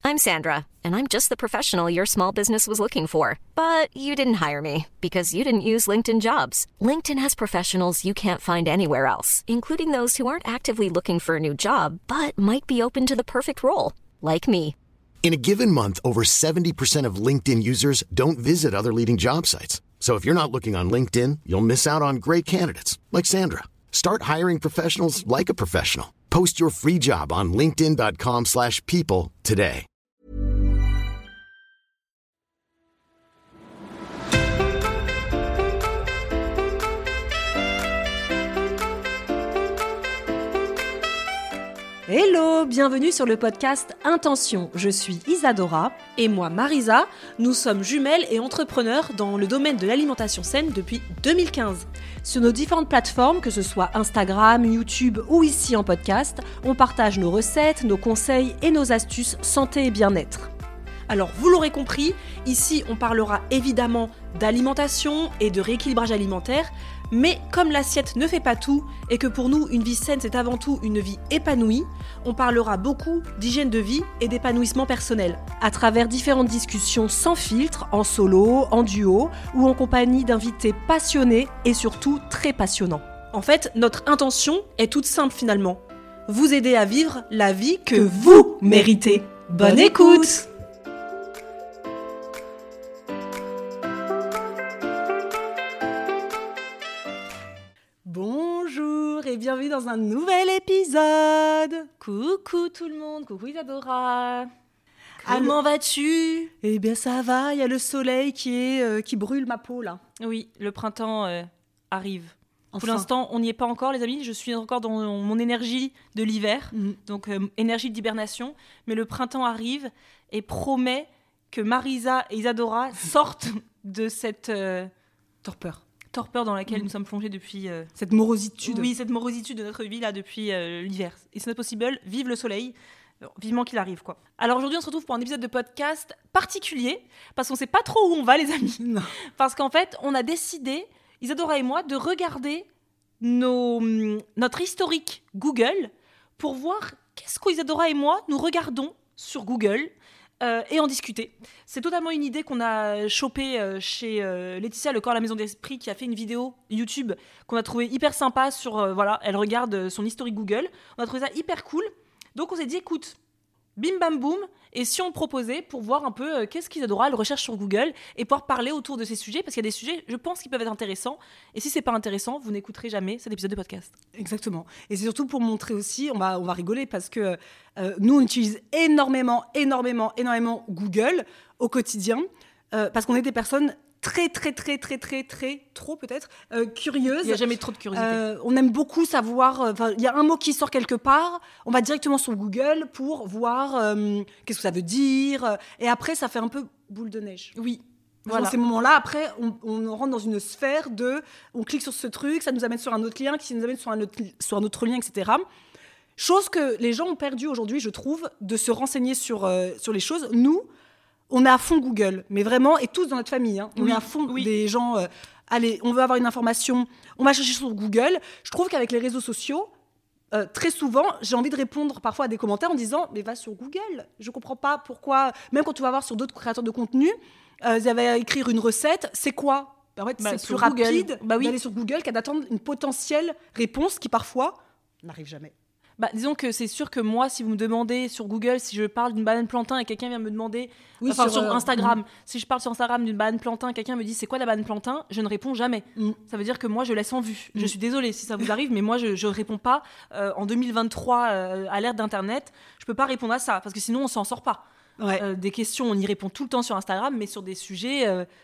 I'm Sandra, and I'm just the professional your small business was looking for. But you didn't hire me because you didn't use LinkedIn Jobs. LinkedIn has professionals you can't find anywhere else, including those who aren't actively looking for a new job, but might be open to the perfect role, like me. In a given month, over 70% of LinkedIn users don't visit other leading job sites. So if you're not looking on LinkedIn, you'll miss out on great candidates like Sandra. Start hiring professionals like a professional. Post your free job on linkedin.com/people today. Hello, bienvenue sur le podcast Intention. Je suis Isadora. Et moi, Marisa. Nous sommes jumelles et entrepreneurs dans le domaine de l'alimentation saine depuis 2015. Sur nos différentes plateformes, que ce soit Instagram, YouTube ou ici en podcast, on partage nos recettes, nos conseils et nos astuces santé et bien-être. Alors, vous l'aurez compris, ici on parlera évidemment d'alimentation et de rééquilibrage alimentaire, mais comme l'assiette ne fait pas tout et que pour nous une vie saine c'est avant tout une vie épanouie, on parlera beaucoup d'hygiène de vie et d'épanouissement personnel. À travers différentes discussions sans filtre, en solo, en duo ou en compagnie d'invités passionnés et surtout très passionnants. En fait, notre intention est toute simple finalement. Vous aider à vivre la vie que vous méritez. Bonne écoute! Bonjour et bienvenue dans un nouvel épisode. Coucou tout le monde, coucou Isadora. Comment vas-tu? Eh bien ça va, il y a le soleil qui brûle ma peau là. Oui, le printemps arrive. Enfin. Pour l'instant, on n'y est pas encore les amis, je suis encore dans mon énergie de l'hiver, donc énergie d'hibernation, mais le printemps arrive et promet que Marisa et Isadora sortent de cette torpeur dans laquelle nous sommes plongés depuis... Cette morositude. Oui, cette morositude de notre vie là depuis l'hiver. It's not possible, vive le soleil, vivement qu'il arrive quoi. Alors aujourd'hui on se retrouve pour un épisode de podcast particulier, parce qu'on sait pas trop où on va les amis. Non. Parce qu'en fait on a décidé, Isadora et moi, de regarder notre historique Google pour voir qu'est-ce qu'Isadora et moi nous regardons sur Google et en discuter. C'est totalement une idée qu'on a chopée chez Laetitia, le corps à la maison d'esprit, qui a fait une vidéo YouTube qu'on a trouvée hyper sympa sur, elle regarde son historique Google. On a trouvé ça hyper cool. Donc on s'est dit, écoute, bim bam boum, et si on proposait pour voir un peu qu'est-ce qu'Isadora elle recherche sur Google et pouvoir parler autour de ces sujets, parce qu'il y a des sujets, je pense, qui peuvent être intéressants, et si c'est pas intéressant, vous n'écouterez jamais cet épisode de podcast. Exactement. Et c'est surtout pour montrer aussi, on va rigoler, parce que nous on utilise énormément Google au quotidien, parce qu'on est des personnes très, trop peut-être, curieuses. Il n'y a jamais trop de curiosité. On aime beaucoup savoir, il y a un mot qui sort quelque part, on va directement sur Google pour voir qu'est-ce que ça veut dire, et après ça fait un peu boule de neige. Oui. Voilà. Dans ces moments-là, après, on rentre dans une sphère on clique sur ce truc, ça nous amène sur un autre lien, qui nous amène sur un autre lien, etc. Chose que les gens ont perdu aujourd'hui, je trouve, de se renseigner sur les choses. Nous, on est à fond Google, mais vraiment, et tous dans notre famille, on est à fond des gens, allez, on veut avoir une information, on va chercher sur Google. Je trouve qu'avec les réseaux sociaux, très souvent, j'ai envie de répondre parfois à des commentaires en disant « mais va sur Google, je comprends pas pourquoi », même quand tu vas voir sur d'autres créateurs de contenu, ils avaient à écrire une recette, c'est quoi ? En fait, c'est plus rapide d'aller sur Google qu'à d'attendre une potentielle réponse qui parfois n'arrive jamais. Disons que c'est sûr que moi, si vous me demandez sur Google si je parle d'une banane plantain et quelqu'un vient me demander, sur Instagram, si je parle sur Instagram d'une banane plantain, quelqu'un me dit c'est quoi la banane plantain, je ne réponds jamais. Ça veut dire que moi je laisse en vue. Je suis désolée si ça vous arrive, mais moi je réponds pas. En 2023, à l'ère d'internet, je peux pas répondre à ça parce que sinon on s'en sort pas. Ouais. Des questions, on y répond tout le temps sur Instagram, mais sur des sujets,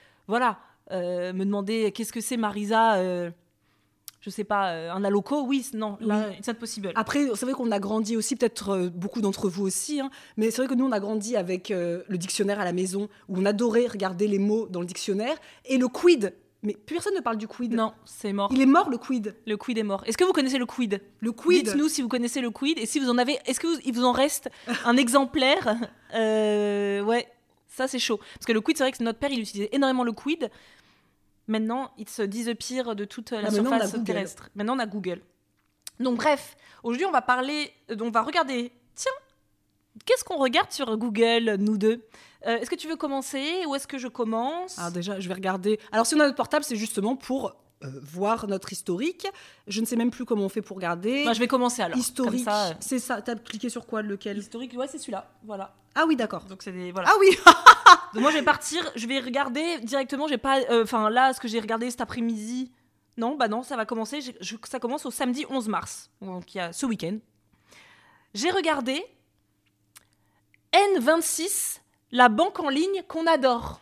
me demander qu'est-ce que c'est Marisa. Je sais pas, un aloco, oui, non, là, c'est impossible. Après, c'est vrai qu'on a grandi aussi, peut-être beaucoup d'entre vous aussi, mais c'est vrai que nous, on a grandi avec le dictionnaire à la maison, où on adorait regarder les mots dans le dictionnaire, et le quid. Mais plus personne ne parle du quid. Non, c'est mort. Il est mort, le quid. Le quid est mort. Est-ce que vous connaissez le quid ? Le quid. Dites-nous si vous connaissez le quid, et si vous en avez, est-ce qu'il vous en reste un exemplaire ? Ouais, ça c'est chaud. Parce que le quid, c'est vrai que notre père, il utilisait énormément le quid. Maintenant, ils se disent de toute la surface terrestre. Maintenant, on a Google. Donc bref, aujourd'hui, on va regarder, tiens, Qu'est-ce qu'on regarde sur Google, nous deux ? Est-ce que tu veux commencer ou est-ce que je commence ? Alors déjà, je vais regarder. Alors si on a notre portable, c'est justement pour voir notre historique. Je ne sais même plus comment on fait pour regarder. Je vais commencer alors. Historique, Comme ça, c'est ça. T'as cliqué sur quoi, lequel ? Historique, ouais, c'est celui-là. Voilà. Ah oui, d'accord. Donc c'est des voilà. Ah oui. Donc moi je vais partir, je vais regarder directement. J'ai pas, là, ce que j'ai regardé cet après-midi. Non, bah non, ça va commencer. Ça commence au samedi 11 mars. Donc il y a ce week-end. J'ai regardé N26, la banque en ligne qu'on adore.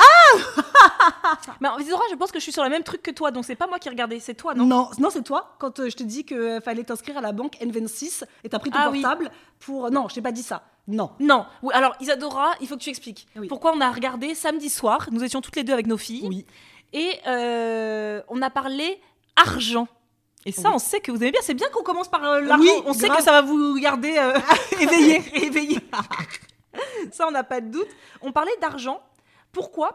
Mais Isidora, je pense que je suis sur le même truc que toi, donc c'est pas moi qui ai regardé, c'est toi, non ? Non, c'est toi. Quand je te dis qu'il fallait t'inscrire à la banque N26 et t'as pris ton oui. portable pour... Non, je t'ai pas dit ça. Non. Oui, alors Isadora, il faut que tu expliques. Oui. Pourquoi on a regardé samedi soir, nous étions toutes les deux avec nos filles, Oui. et on a parlé argent. Et ça, Oui. on sait que vous aimez bien. C'est bien qu'on commence par l'argent. Oui, on sait grave. que ça va vous garder éveillé. Ça, on n'a pas de doute. On parlait d'argent. Pourquoi ?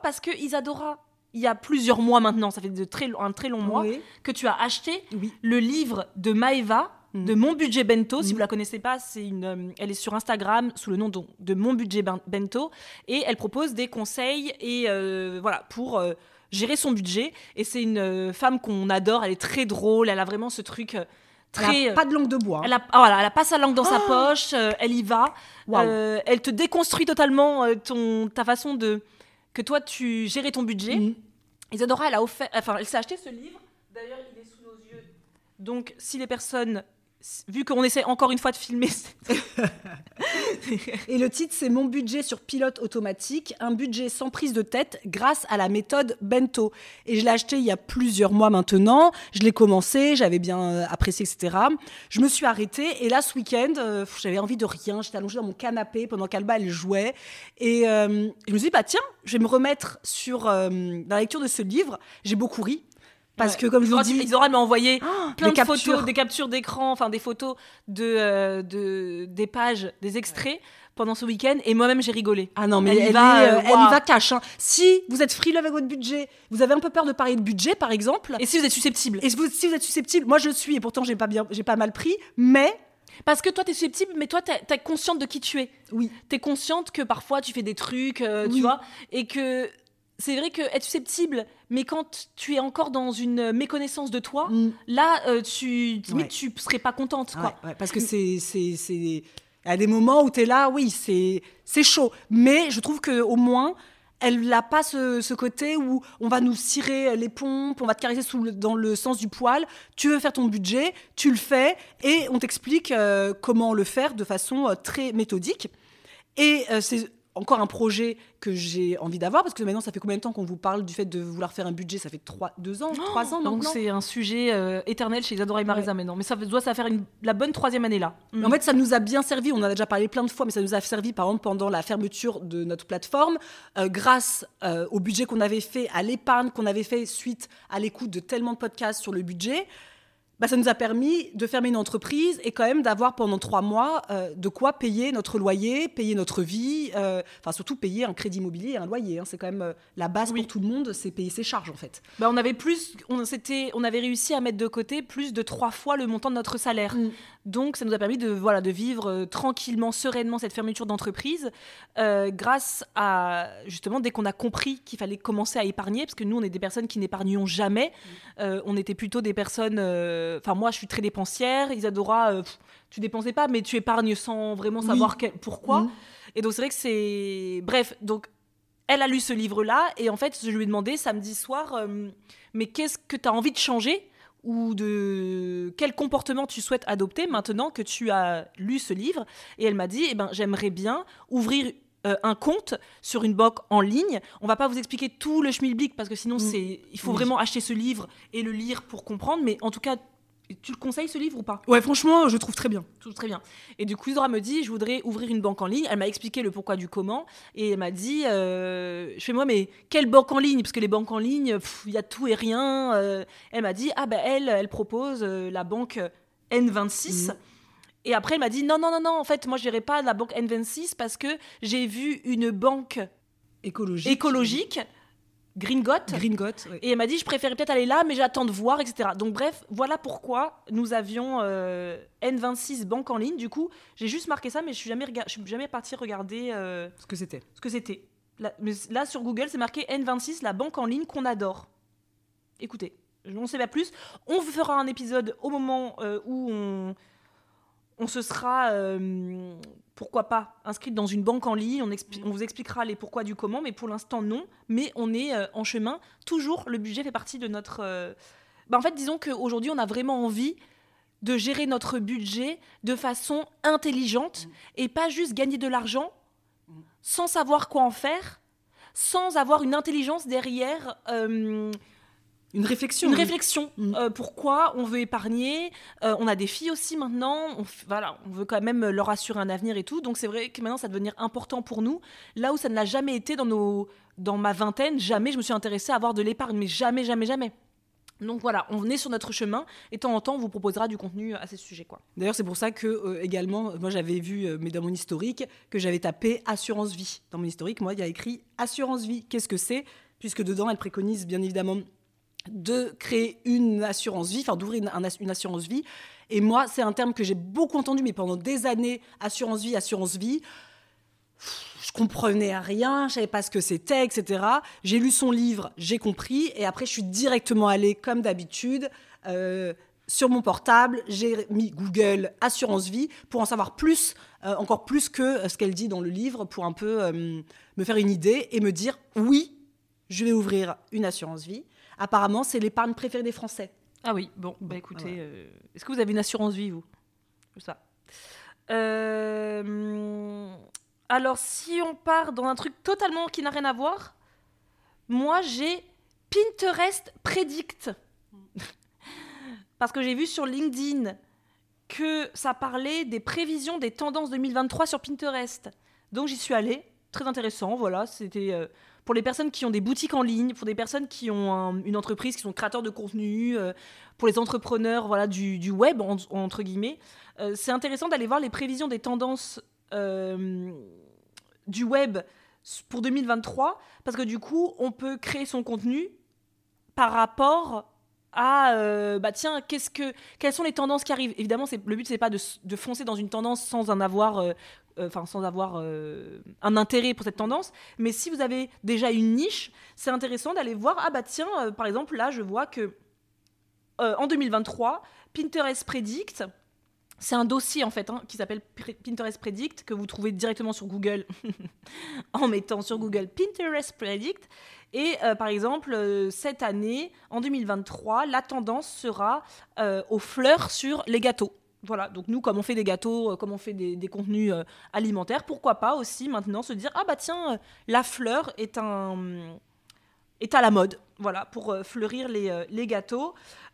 Parce que Isadora, il y a plusieurs mois maintenant, ça fait un très long mois, Oui. que tu as acheté Oui. le livre de Maëva, de Mon Budget Bento. Si Mhm. vous la connaissez pas, elle est sur Instagram sous le nom de Mon Budget Bento. Et elle propose des conseils et, pour gérer son budget. Et c'est une femme qu'on adore. Elle est très drôle. Elle a vraiment ce truc... très, Elle a pas de langue de bois. elle a pas sa langue dans sa poche, elle y va. Waouh. Elle te déconstruit totalement ta façon de... que toi, tu gérais ton budget. Mhm. Isadora, elle s'est acheté ce livre. D'ailleurs, il est sous nos yeux. Donc, si les personnes... Vu qu'on essaie encore une fois de filmer... Et le titre, c'est Mon budget sur pilote automatique, un budget sans prise de tête grâce à la méthode Bento. Et je l'ai acheté il y a plusieurs mois maintenant. Je l'ai commencé, j'avais bien apprécié, etc. Je me suis arrêtée et là, ce week-end, j'avais envie de rien. J'étais allongée dans mon canapé pendant qu'Alba, elle jouait. Et je me suis dit, tiens, je vais me remettre dans la lecture de ce livre. J'ai beaucoup ri. Parce que, comme je vous dis... Isadora m'a envoyé plein des de photos, des captures d'écran, enfin des photos des pages, des extraits pendant ce week-end. Et moi-même, j'ai rigolé. Ah non, mais elle y va cash. Hein. Si vous êtes frileux avec votre budget, vous avez un peu peur de parler de budget, par exemple... Et si vous êtes susceptible. Si vous êtes susceptible, moi je le suis, et pourtant j'ai pas mal pris, mais... Parce que toi, t'es susceptible, mais toi, t'es consciente de qui tu es. Oui. T'es consciente que parfois, tu fais des trucs, Oui. tu vois, et que... C'est vrai qu'être susceptible, mais quand tu es encore dans une méconnaissance de toi, là, tu serais pas contente, quoi. Ouais, parce que c'est... Il y a des moments où tu es là, oui, c'est chaud. Mais je trouve qu'au moins, elle n'a pas ce côté où on va nous cirer les pompes, on va te caresser dans le sens du poil. Tu veux faire ton budget, tu le fais, et on t'explique comment le faire de façon très méthodique. Et c'est... encore un projet que j'ai envie d'avoir, parce que maintenant, ça fait combien de temps qu'on vous parle du fait de vouloir faire un budget ? Ça fait 3 ans maintenant. Donc c'est un sujet éternel chez Isadora et Marisa maintenant. Mais ça doit faire la bonne 3e année là. Mais en fait, ça nous a bien servi. On en a déjà parlé plein de fois, mais ça nous a servi, par exemple, pendant la fermeture de notre plateforme, grâce au budget qu'on avait fait, à l'épargne qu'on avait fait suite à l'écoute de tellement de podcasts sur le budget. Ça nous a permis de fermer une entreprise et quand même d'avoir pendant 3 mois de quoi payer notre loyer, payer notre vie, surtout payer un crédit immobilier et un loyer. Hein. C'est quand même la base pour tout le monde, c'est payer ses charges en fait. On avait réussi à mettre de côté plus de 3 fois le montant de notre salaire. Donc ça nous a permis de vivre tranquillement, sereinement cette fermeture d'entreprise grâce à, justement, dès qu'on a compris qu'il fallait commencer à épargner, parce que nous on est des personnes qui n'épargnions jamais, on était plutôt des personnes... moi, je suis très dépensière. Isadora, tu dépensais pas, mais tu épargnes sans vraiment savoir pourquoi. Et donc, c'est vrai que c'est... Bref, donc, elle a lu ce livre-là. Et en fait, je lui ai demandé samedi soir, mais qu'est-ce que tu as envie de changer ? Ou de quel comportement tu souhaites adopter maintenant que tu as lu ce livre ? Et elle m'a dit, j'aimerais bien ouvrir... un compte sur une banque en ligne. On va pas vous expliquer tout le schmilblick parce que sinon il faut vraiment acheter ce livre et le lire pour comprendre, mais en tout cas, tu le conseilles ce livre ou pas ? Ouais, franchement, je trouve très bien. Très bien. Et du coup, Isadora me dit, je voudrais ouvrir une banque en ligne. Elle m'a expliqué le pourquoi du comment et elle m'a dit, je fais moi, mais quelle banque en ligne ? Parce que les banques en ligne, il y a tout et rien. Elle m'a dit, elle propose la banque N26. Et après, elle m'a dit, non, en fait, moi, je n'irai pas à la banque N26 parce que j'ai vu une banque écologique Gringotte. Ouais. Et elle m'a dit, je préférais peut-être aller là, mais j'attends de voir, etc. Donc bref, voilà pourquoi nous avions N26 banque en ligne. Du coup, j'ai juste marqué ça, mais je suis jamais partie regarder Ce que c'était. Là, sur Google, c'est marqué N26, la banque en ligne qu'on adore. Écoutez, on ne sait pas plus. On vous fera un épisode au moment où on se sera, pourquoi pas, inscrite dans une banque en ligne. On vous expliquera les pourquoi du comment, mais pour l'instant, non. Mais on est en chemin. Toujours, le budget fait partie de notre... En fait, disons qu'aujourd'hui, on a vraiment envie de gérer notre budget de façon intelligente et pas juste gagner de l'argent sans savoir quoi en faire, sans avoir une intelligence derrière... Une réflexion. Pourquoi on veut épargner. On a des filles aussi maintenant. On veut quand même leur assurer un avenir et tout. Donc c'est vrai que maintenant, ça va devenir important pour nous. Là où ça ne l'a jamais été dans ma vingtaine, jamais je me suis intéressée à avoir de l'épargne. Mais jamais, jamais, jamais. Donc voilà, on est sur notre chemin. Et de temps en temps, on vous proposera du contenu à ces sujets, quoi. D'ailleurs, c'est pour ça que, également, moi j'avais vu, mais dans mon historique, que j'avais tapé assurance vie. Dans mon historique, moi, il y a écrit assurance vie. Qu'est-ce que c'est ? Puisque dedans, elle préconise bien évidemment de créer une assurance vie, enfin d'ouvrir une assurance vie. Et moi, c'est un terme que j'ai beaucoup entendu, mais pendant des années, assurance vie. Je comprenais rien, je savais pas ce que c'était, etc. J'ai lu son livre, j'ai compris, et après, je suis directement allée, comme d'habitude, sur mon portable, j'ai mis Google assurance vie pour en savoir plus, encore plus que ce qu'elle dit dans le livre, pour un peu me faire une idée et me dire, oui, je vais ouvrir une assurance vie. Apparemment, c'est l'épargne préférée des Français. Ah oui, bon, écoutez, est-ce que vous avez une assurance vie, vous ? Je sais pas. Alors, si on part dans un truc totalement qui n'a rien à voir, moi, j'ai Pinterest Predict. Parce que j'ai vu sur LinkedIn que ça parlait des prévisions des tendances 2023 sur Pinterest. Donc, j'y suis allée. Très intéressant, voilà. C'était... pour les personnes qui ont des boutiques en ligne, pour des personnes qui ont une entreprise, qui sont créateurs de contenu, pour les entrepreneurs, voilà, du web, entre guillemets. C'est intéressant d'aller voir les prévisions des tendances du web pour 2023, parce que du coup, on peut créer son contenu par rapport à, quelles sont les tendances qui arrivent. Évidemment, le but, c'est pas de foncer dans une tendance sans en avoir... sans avoir un intérêt pour cette tendance, mais si vous avez déjà une niche, c'est intéressant d'aller voir, par exemple, là, je vois que en 2023, Pinterest Predict, c'est un dossier, en fait, qui s'appelle Pinterest Predict, que vous trouvez directement sur Google, en mettant sur Google Pinterest Predict, et par exemple, cette année, en 2023, la tendance sera aux fleurs sur les gâteaux. Voilà, donc nous, comme on fait des gâteaux, comme on fait des contenus alimentaires, pourquoi pas aussi maintenant se dire, la fleur est à la mode, voilà, pour fleurir les gâteaux.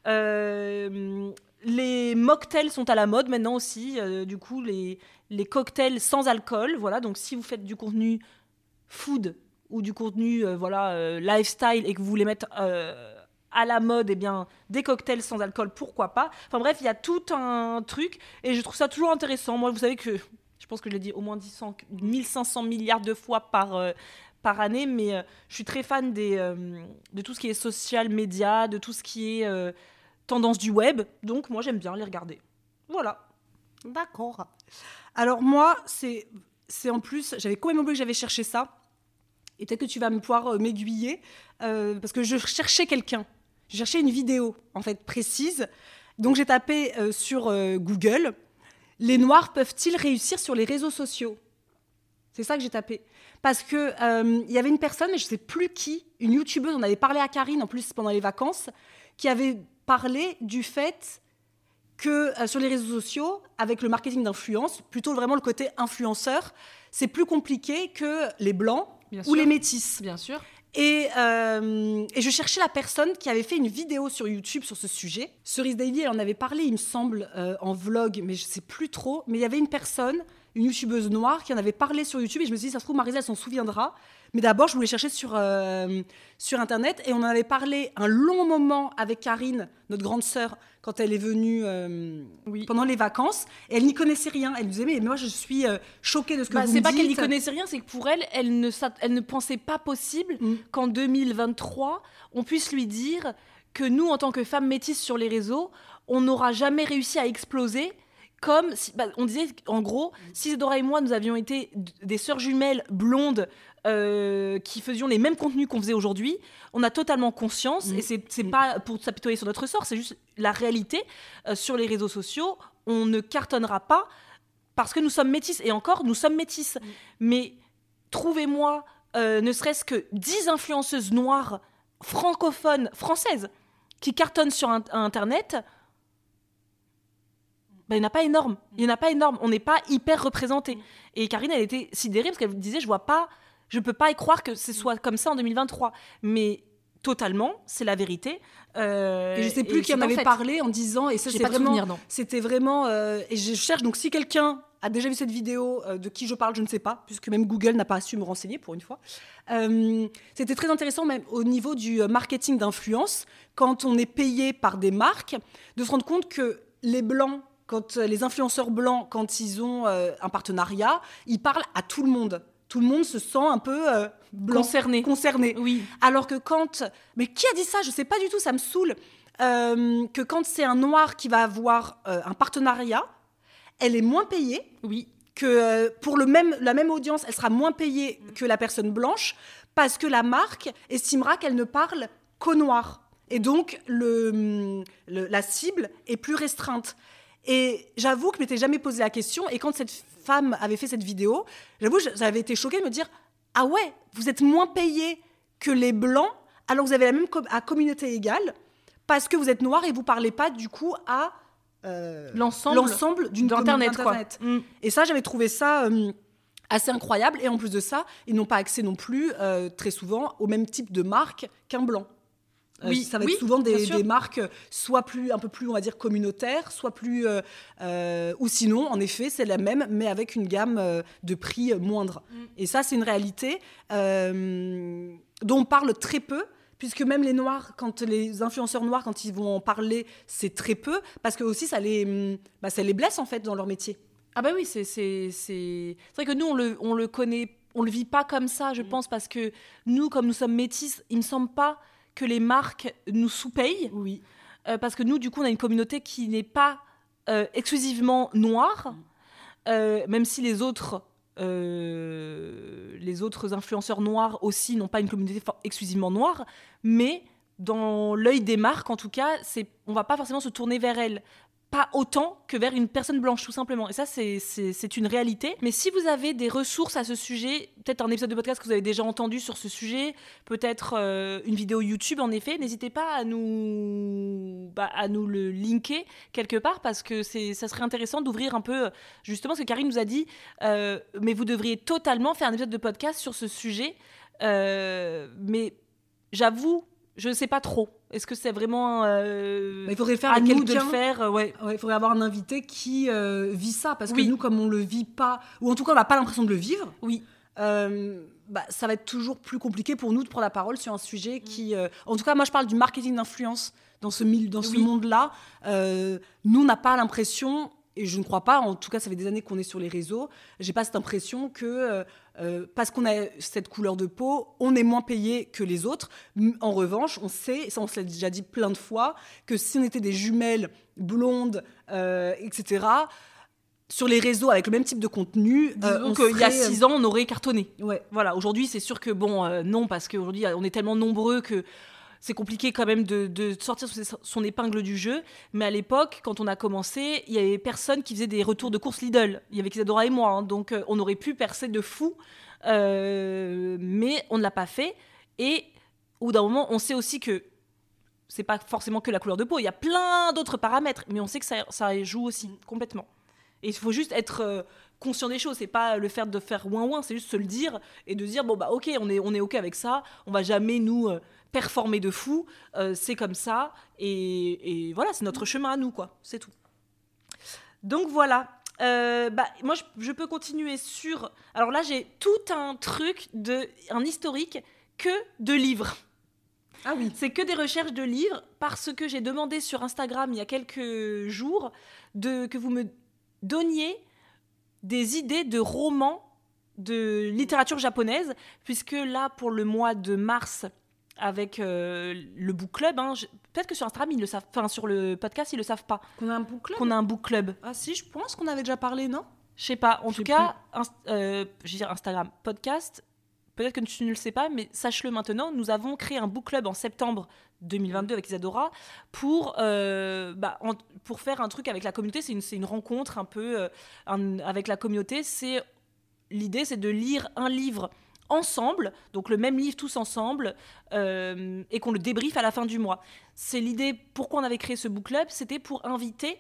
Les mocktails sont à la mode maintenant aussi, du coup, les cocktails sans alcool, voilà, donc si vous faites du contenu food ou du contenu lifestyle et que vous voulez mettre... à la mode, des cocktails sans alcool, pourquoi pas. Enfin bref, il y a tout un truc et je trouve ça toujours intéressant. Moi, vous savez que je pense que je l'ai dit au moins 1500 milliards de fois par année, mais je suis très fan de tout ce qui est social media, de tout ce qui est tendance du web. Donc moi, j'aime bien les regarder. Voilà. D'accord. Alors moi, c'est en plus, j'avais quand même oublié que j'avais cherché ça. Et peut-être que tu vas pouvoir m'aiguiller, parce que je cherchais quelqu'un. Je cherchais une vidéo, en fait, précise. Donc, j'ai tapé sur Google « Les Noirs peuvent-ils réussir sur les réseaux sociaux ?» C'est ça que j'ai tapé. Parce qu'il y avait une personne, je ne sais plus qui, une youtubeuse, on avait parlé à Karine, en plus, pendant les vacances, qui avait parlé du fait que sur les réseaux sociaux, avec le marketing d'influence, plutôt vraiment le côté influenceur, c'est plus compliqué que les Blancs ou les Métis. Bien sûr. Et je cherchais la personne qui avait fait une vidéo sur YouTube sur ce sujet. Cerise Daily, elle en avait parlé, il me semble, en vlog, mais je ne sais plus trop. Mais il y avait une personne une youtubeuse noire qui en avait parlé sur YouTube et je me suis dit, ça se trouve, Maryse, elle s'en souviendra. Mais d'abord, je voulais chercher sur Internet et on en avait parlé un long moment avec Karine, notre grande sœur, quand elle est venue pendant les vacances. Et elle n'y connaissait rien. Elle me disait, mais moi, je suis choquée de ce que vous me dites. C'est pas qu'elle n'y connaissait rien, c'est que pour elle, elle ne pensait pas possible qu'en 2023, on puisse lui dire que nous, en tant que femmes métisses sur les réseaux, on n'aura jamais réussi à exploser. Comme si, on disait, en gros, si Isadora et moi, nous avions été des sœurs jumelles blondes qui faisions les mêmes contenus qu'on faisait aujourd'hui, on a totalement conscience, et c'est pas pour s'apitoyer sur notre sort, c'est juste la réalité. Sur les réseaux sociaux, on ne cartonnera pas parce que nous sommes métisses, et encore, nous sommes métisses. Mais trouvez-moi ne serait-ce que 10 influenceuses noires francophones, françaises, qui cartonnent sur Internet. Il n'y en a pas énorme. On n'est pas hyper représentés. Et Karine, elle était sidérée parce qu'elle disait, je peux pas y croire que ce soit comme ça en 2023. Mais totalement, c'est la vérité. Et je sais plus qui en avait parlé en disant, et ça c'était vraiment, et je cherche, donc si quelqu'un a déjà vu cette vidéo, de qui je parle, je ne sais pas, puisque même Google n'a pas su me renseigner pour une fois. C'était très intéressant même au niveau du marketing d'influence, quand on est payé par des marques, de se rendre compte que les blancs, quand les influenceurs blancs, quand ils ont un partenariat, ils parlent à tout le monde. Tout le monde se sent un peu blanc, concerné. Oui. Alors que mais qui a dit ça ? Je sais pas du tout, ça me saoule. Que quand c'est un noir qui va avoir un partenariat, elle est moins payée. Oui. Que pour la même audience, elle sera moins payée que la personne blanche, parce que la marque estimera qu'elle ne parle qu'aux noirs. Et donc, la cible est plus restreinte. Et j'avoue que je m'étais jamais posé la question. Et quand cette femme avait fait cette vidéo, j'avoue, j'avais été choquée de me dire « Ah ouais, vous êtes moins payés que les Blancs, alors vous avez la même communauté égale, parce que vous êtes noir et vous parlez pas du coup à l'ensemble d'Internet. Quoi. Et ça, j'avais trouvé ça assez incroyable. Et en plus de ça, ils n'ont pas accès non plus, très souvent, au même type de marque qu'un Blanc. Ça va être souvent des marques soit un peu plus, on va dire, communautaires, soit plus... ou sinon, en effet, c'est la même, mais avec une gamme de prix moindre. Et ça, c'est une réalité dont on parle très peu, puisque même les Noirs, les influenceurs noirs, quand ils vont en parler, c'est très peu, parce que aussi, ça les blesse, en fait, dans leur métier. Ah bah oui, c'est vrai que nous, on le connaît, on le vit pas comme ça, je pense, parce que nous, comme nous sommes métis, il me semble pas que les marques nous sous-payent. Oui. Parce que nous, du coup, on a une communauté qui n'est pas exclusivement noire, même si les autres influenceurs noirs aussi n'ont pas une communauté exclusivement noire, mais dans l'œil des marques, en tout cas, on ne va pas forcément se tourner vers elles. Pas autant que vers une personne blanche, tout simplement. Et ça, c'est une réalité. Mais si vous avez des ressources à ce sujet, peut-être un épisode de podcast que vous avez déjà entendu sur ce sujet, peut-être une vidéo YouTube, en effet, n'hésitez pas à nous le linker quelque part, parce que ça serait intéressant d'ouvrir un peu, justement, ce que Karine nous a dit, mais vous devriez totalement faire un épisode de podcast sur ce sujet. Mais j'avoue, je ne sais pas trop. Est-ce que c'est vraiment il faudrait faire à avec nous de quelqu'un, le faire il faudrait avoir un invité qui vit ça, parce que nous, comme on le vit pas, ou en tout cas on n'a pas l'impression de le vivre, ça va être toujours plus compliqué pour nous de prendre la parole sur un sujet qui... en tout cas, moi je parle du marketing d'influence dans ce monde-là. Nous, on n'a pas l'impression... Et je ne crois pas, en tout cas ça fait des années qu'on est sur les réseaux, j'ai pas cette impression que parce qu'on a cette couleur de peau, on est moins payé que les autres. En revanche, on sait, ça on se l'a déjà dit plein de fois, que si on était des jumelles blondes, etc., sur les réseaux avec le même type de contenu, il y a 6 ans on aurait cartonné. Ouais. Voilà, aujourd'hui c'est sûr que non, parce qu'aujourd'hui on est tellement nombreux que c'est compliqué quand même de sortir son épingle du jeu. Mais à l'époque, quand on a commencé, il y avait personne qui faisait des retours de course Lidl. Il y avait qu'Isadora et moi, hein, donc on aurait pu percer de fou, mais on ne l'a pas fait. Et au bout d'un moment, on sait aussi que c'est pas forcément que la couleur de peau. Il y a plein d'autres paramètres, mais on sait que ça joue aussi complètement. Et il faut juste être conscient des choses. C'est pas le fait de faire ouin-ouin, c'est juste se le dire et de dire ok, on est ok avec ça. On va jamais nous performer de fou. C'est comme ça et voilà, c'est notre chemin à nous, quoi. C'est tout. Donc voilà. Moi, je peux continuer sur... Alors là, j'ai tout un truc, un historique que de livres. Ah oui. C'est que des recherches de livres parce que j'ai demandé sur Instagram il y a quelques jours que vous me donniez des idées de romans de littérature japonaise, puisque là, pour le mois de mars, avec le book club, peut-être que sur Instagram, ils le savent, enfin sur le podcast, ils le savent pas. Qu'on a un book club. Qu'on a un book club. Ah si, je pense qu'on avait déjà parlé, non? Je sais pas. En tout cas, je vais dire Instagram, podcast. Peut-être que tu ne le sais pas, mais sache-le maintenant. Nous avons créé un book club en septembre 2022 avec Isadora pour faire un truc avec la communauté. C'est une rencontre un peu avec la communauté. L'idée, c'est de lire un livre ensemble, donc le même livre tous ensemble, et qu'on le débriefe à la fin du mois. C'est l'idée, pourquoi on avait créé ce book club, c'était pour inviter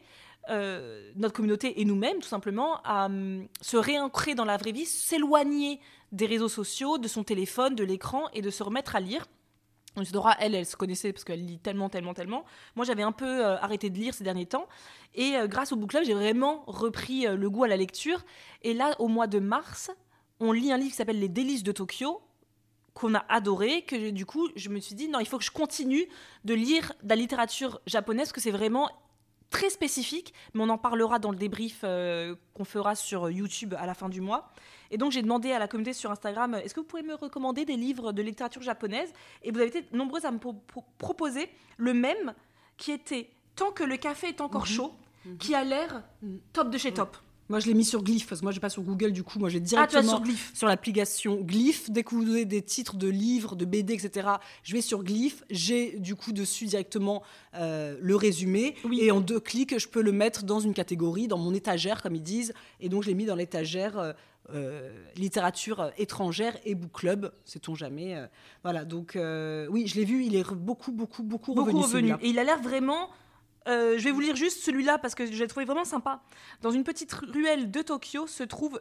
notre communauté et nous-mêmes, tout simplement, à se réancrer dans la vraie vie, s'éloigner des réseaux sociaux, de son téléphone, de l'écran, et de se remettre à lire. Isadora, elle se connaissait parce qu'elle lit tellement. Moi, j'avais un peu arrêté de lire ces derniers temps. Et grâce au book club, j'ai vraiment repris le goût à la lecture. Et là, au mois de mars, on lit un livre qui s'appelle Les Délices de Tokyo, qu'on a adoré, que du coup, je me suis dit, non, il faut que je continue de lire de la littérature japonaise, parce que c'est vraiment très spécifique, mais on en parlera dans le débrief qu'on fera sur YouTube à la fin du mois. Et donc, j'ai demandé à la communauté sur Instagram, est-ce que vous pouvez me recommander des livres de littérature japonaise ? Et vous avez été nombreuses à me proposer le même, qui était Tant que le café est encore chaud, qui a l'air top de chez top. Moi, je l'ai mis sur Glyph, parce que moi, je n'ai pas sur Google, du coup. Moi, j'ai directement sur l'application Glyph. Dès que vous donnez des titres de livres, de BD, etc., je vais sur Glyph. J'ai, du coup, dessus directement le résumé. Oui. Et en 2 clics, je peux le mettre dans une catégorie, dans mon étagère, comme ils disent. Et donc, je l'ai mis dans l'étagère littérature étrangère et book club, sait-on jamais. Voilà, donc, oui, je l'ai vu, il est beaucoup revenu. Et il a l'air vraiment... je vais vous lire juste celui-là parce que je l'ai trouvé vraiment sympa. Dans une petite ruelle de Tokyo se trouve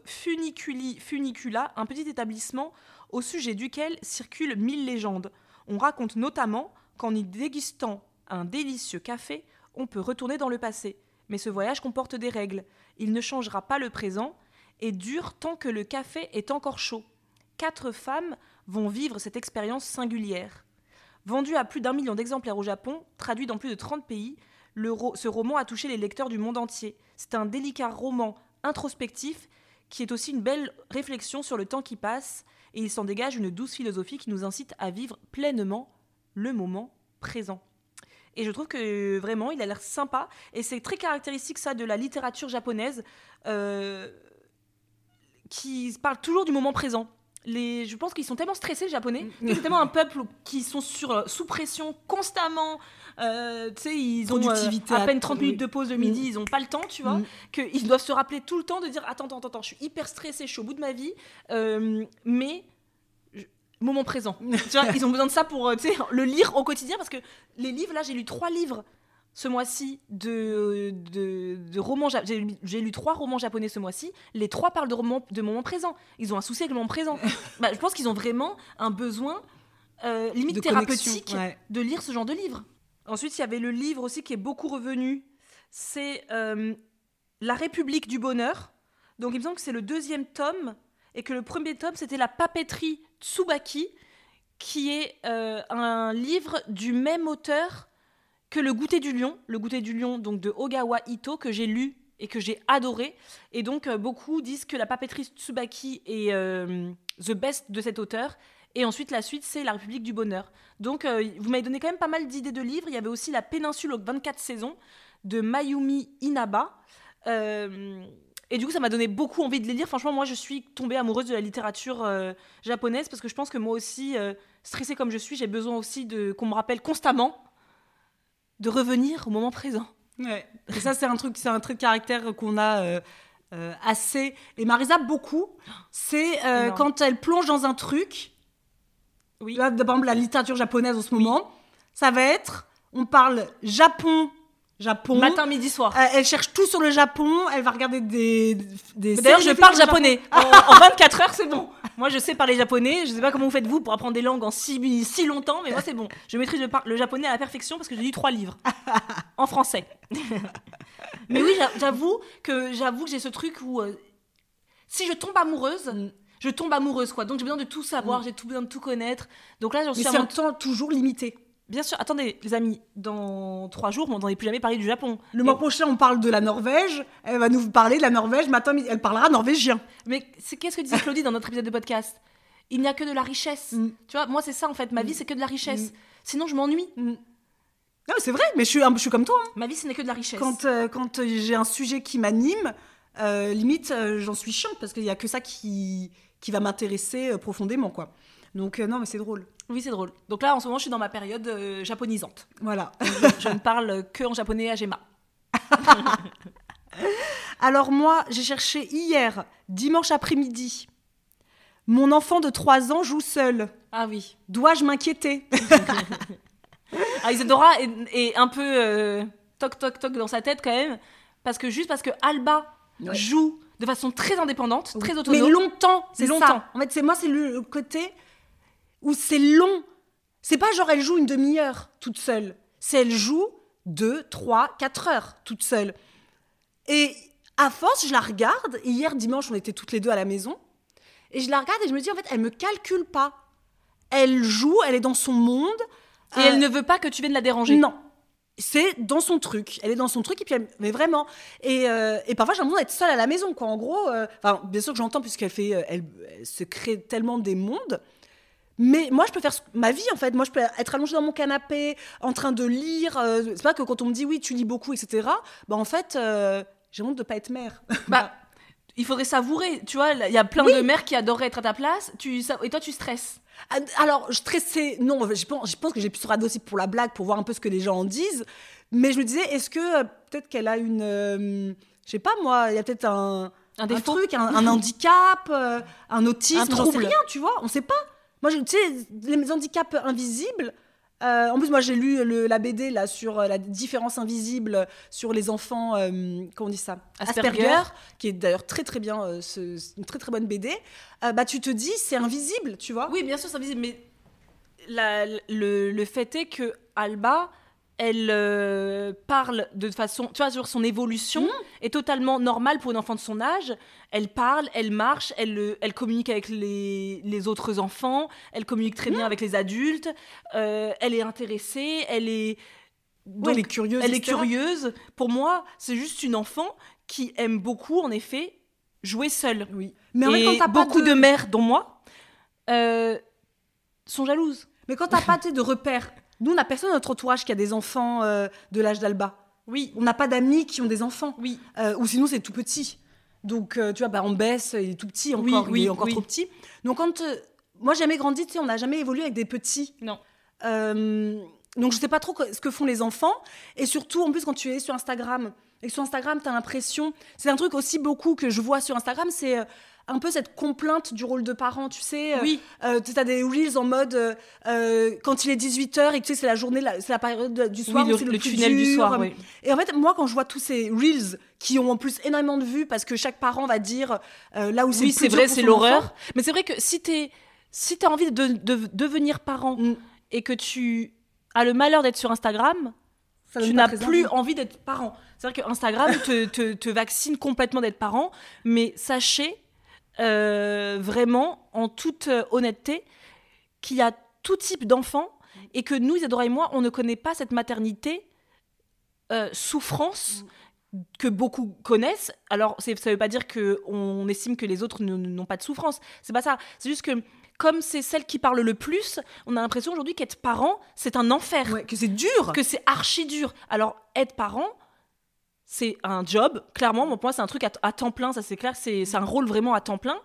Funicula, un petit établissement au sujet duquel circulent 1000 légendes. On raconte notamment qu'en y dégustant un délicieux café, on peut retourner dans le passé. Mais ce voyage comporte des règles. Il ne changera pas le présent et dure tant que le café est encore chaud. 4 femmes vont vivre cette expérience singulière. Vendu à plus d'1 million d'exemplaires au Japon, traduit dans plus de 30 pays, ce roman a touché les lecteurs du monde entier. C'est un délicat roman introspectif qui est aussi une belle réflexion sur le temps qui passe, et il s'en dégage une douce philosophie qui nous incite à vivre pleinement le moment présent. Et je trouve que vraiment, il a l'air sympa, et c'est très caractéristique ça de la littérature japonaise qui parle toujours du moment présent. Je pense qu'ils sont tellement stressés, les Japonais. C'est tellement un peuple qui sont sous pression constamment. Tu sais, ils ont à peine 30 minutes de pause le midi, ils n'ont pas le temps, tu vois. Qu'ils doivent se rappeler tout le temps de dire attends, je suis hyper stressée, je suis au bout de ma vie, mais moment présent. Tu vois, ils ont besoin de ça pour le lire au quotidien, parce que les livres, là, j'ai lu 3 livres ce mois-ci de romans. J'ai lu 3 romans japonais ce mois-ci. Les 3 parlent de moment présent. Ils ont un souci avec le moment présent. Je pense qu'ils ont vraiment un besoin limite thérapeutique de lire ce genre de livre. Ensuite, il y avait le livre aussi qui est beaucoup revenu. C'est La République du bonheur. Donc, il me semble que c'est le 2e tome et que le premier tome, c'était La papeterie Tsubaki, qui est un livre du même auteur que Le Goûter du lion, donc de Ogawa Ito, que j'ai lu et que j'ai adoré. Et donc, beaucoup disent que La papeterie Tsubaki est the best de cet auteur. Et ensuite, la suite, c'est La République du bonheur. Donc, vous m'avez donné quand même pas mal d'idées de livres. Il y avait aussi La péninsule aux 24 saisons de Mayumi Inaba. Et du coup, ça m'a donné beaucoup envie de les lire. Franchement, moi, je suis tombée amoureuse de la littérature japonaise, parce que je pense que moi aussi, stressée comme je suis, j'ai besoin aussi qu'on me rappelle constamment de revenir au moment présent. Ouais. Et ça, c'est un trait de caractère qu'on a assez... Et Marisa, beaucoup. C'est quand elle plonge dans un truc... Oui. Là, par exemple, la littérature japonaise en ce moment, ça va être... On parle Japon. Matin, midi, soir. Elle cherche tout sur le Japon. Elle va regarder des D'ailleurs, je parle japonais. En 24 heures, c'est bon. Moi, je sais parler japonais. Je sais pas comment vous faites vous pour apprendre des langues en si longtemps, mais moi, c'est bon. Je maîtrise le japonais à la perfection parce que j'ai lu 3 livres en français. Mais oui, j'avoue que j'ai ce truc où si je tombe amoureuse, je tombe amoureuse, quoi. Donc j'ai besoin de tout savoir, j'ai besoin de tout connaître. Donc là, j'en suis Mais c'est un temps toujours limité. Bien sûr, attendez, les amis, dans 3 jours, on n'entendait plus jamais parler du Japon. Le mois prochain, on parle de la Norvège. Elle va nous parler de la Norvège. Matin, elle parlera norvégien. Mais qu'est-ce que disait Claudie dans notre épisode de podcast ? Il n'y a que de la richesse. Tu vois, moi, c'est ça, en fait. Ma vie, c'est que de la richesse. Sinon, je m'ennuie. Non, mais c'est vrai, mais je suis comme toi. Hein. Ma vie, ce n'est que de la richesse. Quand j'ai un sujet qui m'anime, limite, j'en suis chiante parce qu'il n'y a que ça qui va m'intéresser profondément, quoi. Donc, non, mais c'est drôle. Oui, c'est drôle. Donc là, en ce moment, je suis dans ma période japonisante. Voilà. Je ne parle que en japonais à Gemma. Alors moi, j'ai cherché hier, dimanche après-midi. Mon enfant de 3 ans joue seul. Ah oui. Dois-je m'inquiéter ? Isadora est un peu toc toc toc dans sa tête quand même, parce que Alba joue de façon très indépendante, très autonome. Mais longtemps, c'est longtemps. ça. En fait, c'est le côté où c'est long. C'est pas genre elle joue une demi-heure toute seule. C'est elle joue 2, 3, 4 heures toute seule. Et à force, je la regarde. Et hier dimanche, on était toutes les deux à la maison. Et je la regarde et je me dis, en fait, elle me calcule pas. Elle joue, elle est dans son monde. Et elle ne veut pas que tu viennes la déranger. Non. C'est dans son truc. Elle est dans son truc, et puis mais vraiment. Et parfois, j'ai l'impression d'être seule à la maison, quoi. En gros, bien sûr que j'entends, puisqu'elle elle se crée tellement des mondes. Mais moi, je peux faire ma vie, en fait. Moi, je peux être allongée dans mon canapé, en train de lire. C'est pas que quand on me dit, oui, tu lis beaucoup, etc. Bah, en fait, j'ai honte de pas être mère. Il faudrait savourer. Tu vois, il y a plein de mères qui adoreraient être à ta place. Et toi, tu stresses. Alors, je stressais, non, je pense que j'ai pu se radoter pour la blague, pour voir un peu ce que les gens en disent. Mais je me disais, est-ce que peut-être qu'elle a une. Je sais pas moi, il y a peut-être un truc, un handicap, un autisme, j'en sais rien, tu vois, on sait pas. Moi, tu sais, les handicaps invisibles. En plus, moi, j'ai lu la BD là, sur la différence invisible sur les enfants, comment on dit ça, Asperger, qui est d'ailleurs très très bien, une très très bonne BD. Tu te dis, c'est invisible, tu vois. Oui, bien sûr, c'est invisible, mais le fait est que Alba, elle parle de façon, tu vois, sur son évolution est totalement normale pour une enfant de son âge. Elle parle, elle marche, elle communique avec les autres enfants, elle communique très bien avec les adultes, elle est intéressée, elle est curieuse. Elle est curieuse. Pour moi, c'est juste une enfant qui aime beaucoup, en effet, jouer seule. Oui. Mais en fait, quand t'as beaucoup de mères, dont moi, sont jalouses. Mais quand t'as pas de repères. Nous, on n'a personne dans notre entourage qui a des enfants de l'âge d'Alba. Oui. On n'a pas d'amis qui ont des enfants. Oui. Ou sinon, c'est tout petit. Donc, tu vois, on baisse, il est tout petit encore. Il est encore trop petit. Donc, moi, j'ai jamais grandi, tu sais, on n'a jamais évolué avec des petits. Non. Donc, je sais pas trop ce que font les enfants. Et surtout, en plus, quand tu es sur Instagram, et que sur Instagram, t'as l'impression... C'est un truc aussi beaucoup que je vois sur Instagram, c'est... un peu cette complainte du rôle de parent, tu sais. Oui. T'as des reels en mode quand il est 18h et que tu sais, c'est la journée, c'est la période du soir, oui, c'est le plus tunnel dur. du soir. Oui. Et en fait, moi, quand je vois tous ces reels qui ont en plus énormément de vues parce que chaque parent va dire là où c'est le plus c'est dur vrai, pour c'est son l'horreur. enfant. Mais c'est vrai que si t'as envie de devenir parent et que tu as le malheur d'être sur Instagram, tu n'as plus envie d'être parent. C'est-à-dire que Instagram te vaccine complètement d'être parent, mais sachez vraiment, en toute honnêteté, qu'il y a tout type d'enfants et que nous, Isadora et moi, on ne connaît pas cette maternité souffrance que beaucoup connaissent. Alors, ça ne veut pas dire qu'on estime que les autres n'ont pas de souffrance. C'est pas ça. C'est juste que comme c'est celle qui parle le plus, on a l'impression aujourd'hui qu'être parent, c'est un enfer. Ouais, que c'est dur. Que c'est archi dur. Alors, être parent, c'est un job, clairement. Pour moi, c'est un truc à temps plein, ça c'est clair. C'est un rôle vraiment à temps plein.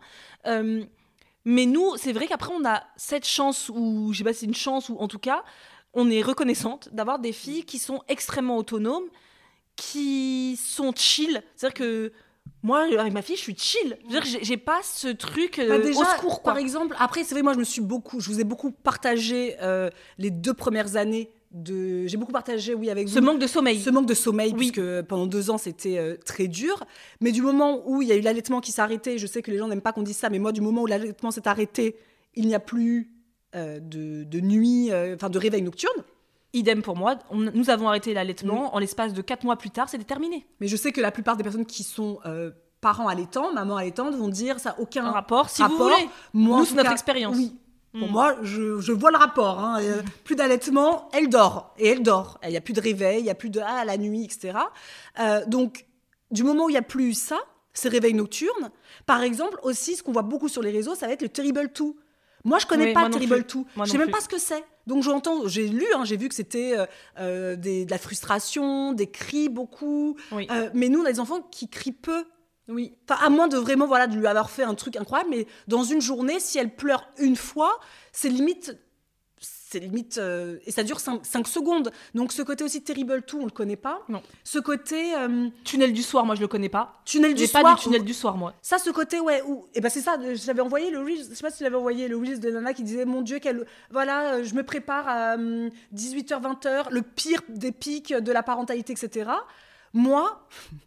Mais nous, c'est vrai qu'après, on a cette chance, ou je sais pas si c'est une chance, ou en tout cas, on est reconnaissante d'avoir des filles qui sont extrêmement autonomes, qui sont chill. C'est-à-dire que moi, avec ma fille, je suis chill. C'est-à-dire que j'ai pas ce truc déjà, au secours, quoi. Par exemple, après, c'est vrai, moi, je vous ai beaucoup partagé les 2 premières années j'ai beaucoup partagé, oui, avec vous. Ce manque de sommeil. Oui. Puisque pendant 2 ans, c'était très dur. Mais du moment où il y a eu l'allaitement qui s'est arrêté, je sais que les gens n'aiment pas qu'on dise ça, mais moi, du moment où l'allaitement s'est arrêté, il n'y a plus de nuit, de réveil nocturne. Idem pour moi. Nous avons arrêté l'allaitement. En l'espace de 4 mois plus tard, c'était terminé. Mais je sais que la plupart des personnes qui sont parents allaitants, mamans allaitantes, vont dire ça n'a aucun Un rapport, si vous voulez. Moi, Nous, en c'est tout notre cas, expérience. Oui. Pour moi, je vois le rapport. Hein. Plus d'allaitement, elle dort. Et elle dort. Il n'y a plus de réveil, il n'y a plus de la nuit, etc. Donc, du moment où il n'y a plus ça, ces réveils nocturnes, par exemple, aussi, ce qu'on voit beaucoup sur les réseaux, ça va être le Terrible 2. Moi, je ne connais pas Terrible 2. Je ne sais même pas ce que c'est. Donc, j'ai lu, j'ai vu que c'était de la frustration, des cris beaucoup. Oui. Mais nous, on a des enfants qui crient peu. Oui. Enfin, à moins de vraiment de lui avoir fait un truc incroyable, mais dans une journée, si elle pleure une fois, c'est limite et ça dure 5 secondes. Donc ce côté aussi Terrible 2, on le connaît pas. Non. Ce côté Tunnel du soir, moi je le connais pas. Tunnel du soir. J'ai pas du tunnel du soir, moi. Ça, ce côté et ben c'est ça. J'avais envoyé le reels. Je sais pas si tu l'avais envoyé le reels de Nana qui disait mon Dieu je me prépare à 18h 20h, le pire des pics de la parentalité, etc. Moi,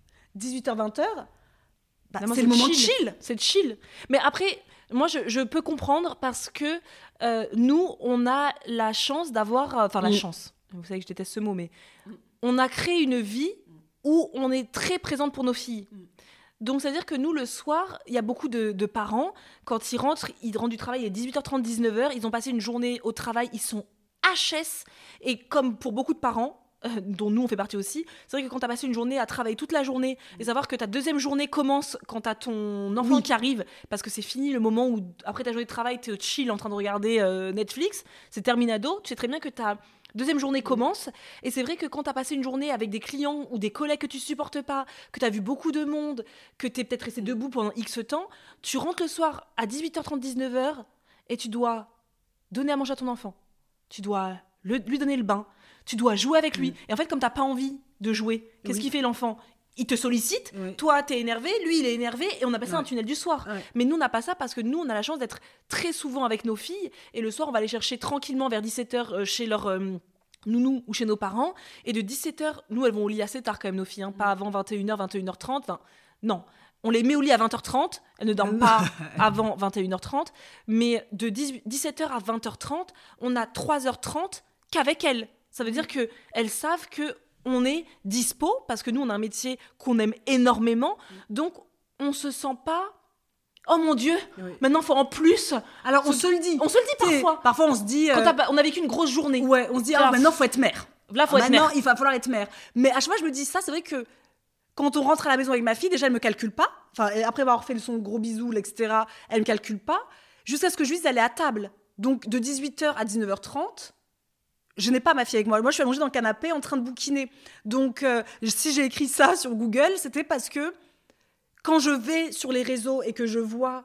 18h 20h. C'est le moment de chill. C'est chill. Mais après, moi, je peux comprendre parce que nous, on a la chance d'avoir... la chance. Vous savez que je déteste ce mot, mais on a créé une vie où on est très présente pour nos filles. Donc, c'est-à-dire que nous, le soir, il y a beaucoup de parents, quand ils rentrent du travail à 18h30, 19h, ils ont passé une journée au travail, ils sont HS. Et comme pour beaucoup de parents, dont nous on fait partie aussi, c'est vrai que quand t'as passé une journée à travailler toute la journée et savoir que ta deuxième journée commence quand t'as ton enfant qui arrive, parce que c'est fini le moment où après ta journée de travail t'es chill en train de regarder Netflix, c'est terminado, tu sais très bien que ta deuxième journée commence. Et c'est vrai que quand t'as passé une journée avec des clients ou des collègues que tu supportes pas, que t'as vu beaucoup de monde, que t'es peut-être resté debout pendant X temps, tu rentres le soir à 18h30, 19h et tu dois donner à manger à ton enfant, tu dois lui donner le bain, tu dois jouer avec lui. Et en fait, comme t'as pas envie de jouer, qu'est-ce qu'il fait l'enfant ? Il te sollicite, toi t'es énervé, lui il est énervé, et on appelle ça un tunnel du soir. Mais nous on n'a pas ça parce que nous on a la chance d'être très souvent avec nos filles, et le soir on va les chercher tranquillement vers 17h chez leur nounou ou chez nos parents, et de 17h, nous elles vont au lit assez tard quand même nos filles, pas avant 21h, 21h30, non. On les met au lit à 20h30, elles ne dorment pas avant 21h30, mais de 17h à 20h30, on a 3h30 qu'avec elles. Ça veut dire qu'elles savent qu'on est dispo, parce que nous, on a un métier qu'on aime énormément. Donc, on ne se sent pas... Oh mon Dieu, maintenant, il faut en plus... Alors, on se le dit. On se le dit parfois. Parfois, on se dit... Quand on a vécu une grosse journée. Ouais, on se dit, maintenant, il faut être mère. Là, faut être mère. Maintenant, il va falloir être mère. Mais à chaque fois, je me dis ça, c'est vrai que quand on rentre à la maison avec ma fille, déjà, elle ne me calcule pas. Enfin, après avoir fait son gros bisou, etc., elle ne me calcule pas. Jusqu'à ce que je lui dise d'aller à table. Donc, de 18h à 19h30... je n'ai pas ma fille avec moi. Moi, je suis allongée dans le canapé en train de bouquiner. Donc, si j'ai écrit ça sur Google, c'était parce que quand je vais sur les réseaux et que je vois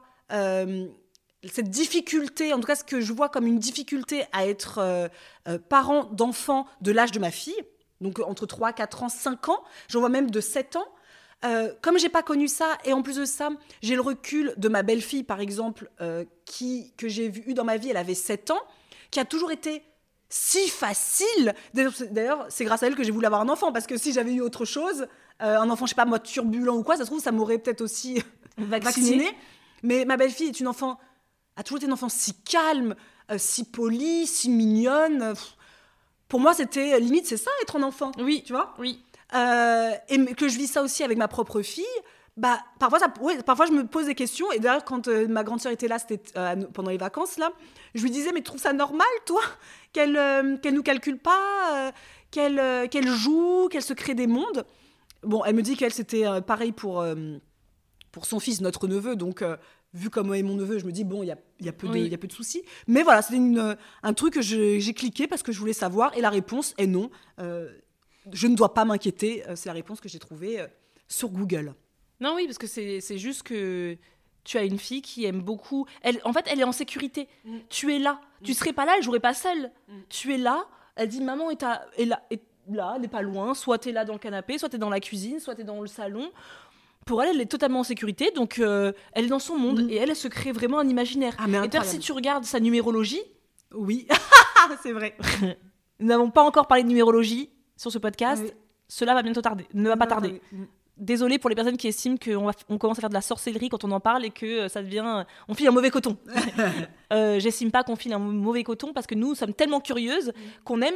cette difficulté, en tout cas ce que je vois comme une difficulté à être parent d'enfants de l'âge de ma fille, donc entre 3, 4 ans, 5 ans, j'en vois même de 7 ans, comme j'ai pas connu ça, et en plus de ça, j'ai le recul de ma belle-fille, par exemple, que j'ai eu dans ma vie, elle avait 7 ans, qui a toujours été si facile. D'ailleurs, c'est grâce à elle que j'ai voulu avoir un enfant, parce que si j'avais eu autre chose, un enfant, je sais pas moi, turbulent ou quoi, ça se trouve, ça m'aurait peut-être aussi vacciné. Mais ma belle-fille a toujours été une enfant si calme, si polie, si mignonne. Pour moi, c'était limite, c'est ça, être un enfant. Oui, tu vois. Oui. Et que je vis ça aussi avec ma propre fille. Parfois je me pose des questions, et d'ailleurs quand ma grande sœur était là, c'était pendant les vacances là, je lui disais mais tu trouves ça normal toi qu'elle nous calcule pas, qu'elle joue, qu'elle se crée des mondes. Bon, elle me dit qu'elle c'était pareil pour son fils, notre neveu, donc vu comme est mon neveu, je me dis bon il y a peu de soucis, mais voilà, c'était un truc que j'ai cliqué parce que je voulais savoir, et la réponse est non, je ne dois pas m'inquiéter, c'est la réponse que j'ai trouvée sur Google. Non, oui, parce que c'est juste que tu as une fille qui aime beaucoup... En fait, elle est en sécurité. Tu es là. Tu serais pas là, elle jouerait pas seule. Tu es là. Elle dit, maman est là, elle n'est pas loin. Soit tu es là dans le canapé, soit tu es dans la cuisine, soit tu es dans le salon. Pour elle est totalement en sécurité. Donc, elle est dans son monde. Et elle se crée vraiment un imaginaire. Ah, mais et d'ailleurs, si tu regardes sa numérologie... Oui, c'est vrai. Nous n'avons pas encore parlé de numérologie sur ce podcast. Oui. Cela va bientôt tarder. Ne va pas tarder. Désolée pour les personnes qui estiment qu'on commence à faire de la sorcellerie quand on en parle et que ça devient... On file un mauvais coton. J'estime pas qu'on file un mauvais coton parce que nous sommes tellement curieuses qu'on aime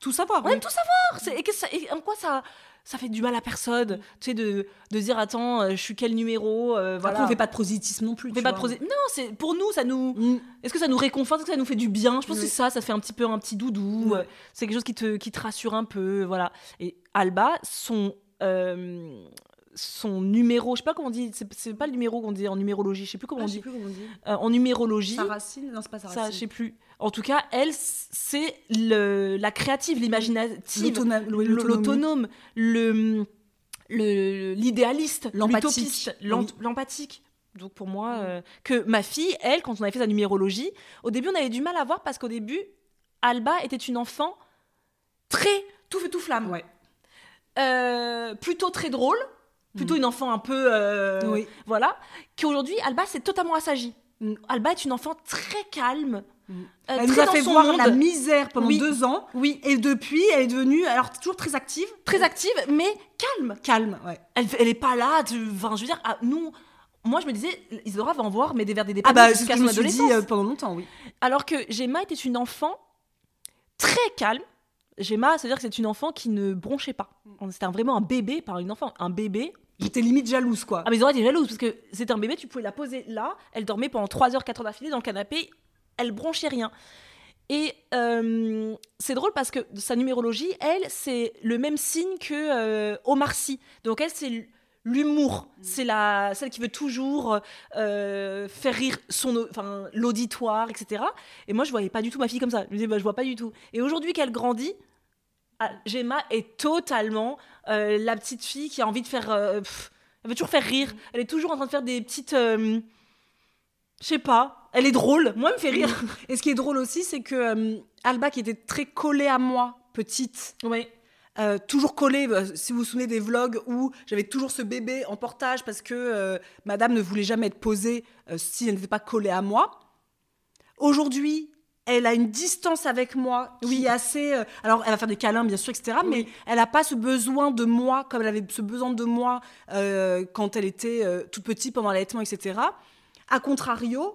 tout savoir. On aime tout savoir. Et en quoi ça fait du mal à personne, tu sais, de dire attends, je suis quel numéro, voilà. Après, on fait pas de prosélytisme non plus. On fait pas de non, c'est pour nous, ça nous. Est-ce que ça nous réconforte, est-ce que ça nous fait du bien? Je pense que c'est ça fait un petit doudou. C'est quelque chose qui te rassure un peu, voilà. Et Alba, son numéro, je sais pas comment on dit, c'est pas le numéro qu'on dit en numérologie, je sais plus comment on dit. En numérologie. Sa racine, non, c'est pas sa racine. Ça, je sais plus. En tout cas, elle, c'est la créative, l'imaginative, l'autonome, l'idéaliste, l'utopiste, l'empathique. Donc pour moi, que ma fille, elle, quand on avait fait sa numérologie, au début, on avait du mal à voir parce qu'au début, Alba était une enfant très tout feu tout flamme. Ouais. Plutôt très drôle. Plutôt une enfant un peu... Voilà. Qu'aujourd'hui, Alba, c'est totalement assagie. Alba est une enfant très calme. Elle nous a fait voir la misère pendant 2 ans. Oui. Et depuis, elle est devenue toujours très active. Très active, mais calme. Calme, ouais. Elle est pas là. Je veux dire, nous... Moi, je me disais, Isadora va en voir, mais vers des départs c'est ce jusqu'à que je son me suis dit adolescence. pendant longtemps, oui. Alors que Gemma était une enfant très calme. Gemma, c'est-à-dire que c'est une enfant qui ne bronchait pas. C'était vraiment un bébé par une enfant. Un bébé. J'étais limite jalouse, quoi. Ah, mais Isadora était jalouse parce que c'était un bébé, tu pouvais la poser là. Elle dormait pendant 3 heures, 4 heures d'affilée dans le canapé. Elle bronchait rien. Et c'est drôle parce que sa numérologie, elle, c'est le même signe que Omar Sy. Donc elle, c'est l'humour. C'est celle qui veut toujours faire rire l'auditoire, etc. Et moi, je voyais pas du tout ma fille comme ça. Je me disais, je vois pas du tout. Et aujourd'hui qu'elle grandit, Gemma est totalement la petite fille qui a envie de faire... elle veut toujours faire rire. Elle est toujours en train de faire des petites... je sais pas. Elle est drôle. Moi, elle me fait rire. Et ce qui est drôle aussi, c'est que Alba, qui était très collée à moi, petite... Ouais. Toujours collée, si vous vous souvenez des vlogs où j'avais toujours ce bébé en portage parce que madame ne voulait jamais être posée si elle n'était pas collée à moi. Aujourd'hui, elle a une distance avec moi qui est assez... alors, elle va faire des câlins, bien sûr, etc. Oui. Mais elle n'a pas ce besoin de moi, comme elle avait ce besoin de moi quand elle était toute petite, pendant l'allaitement, etc. A contrario,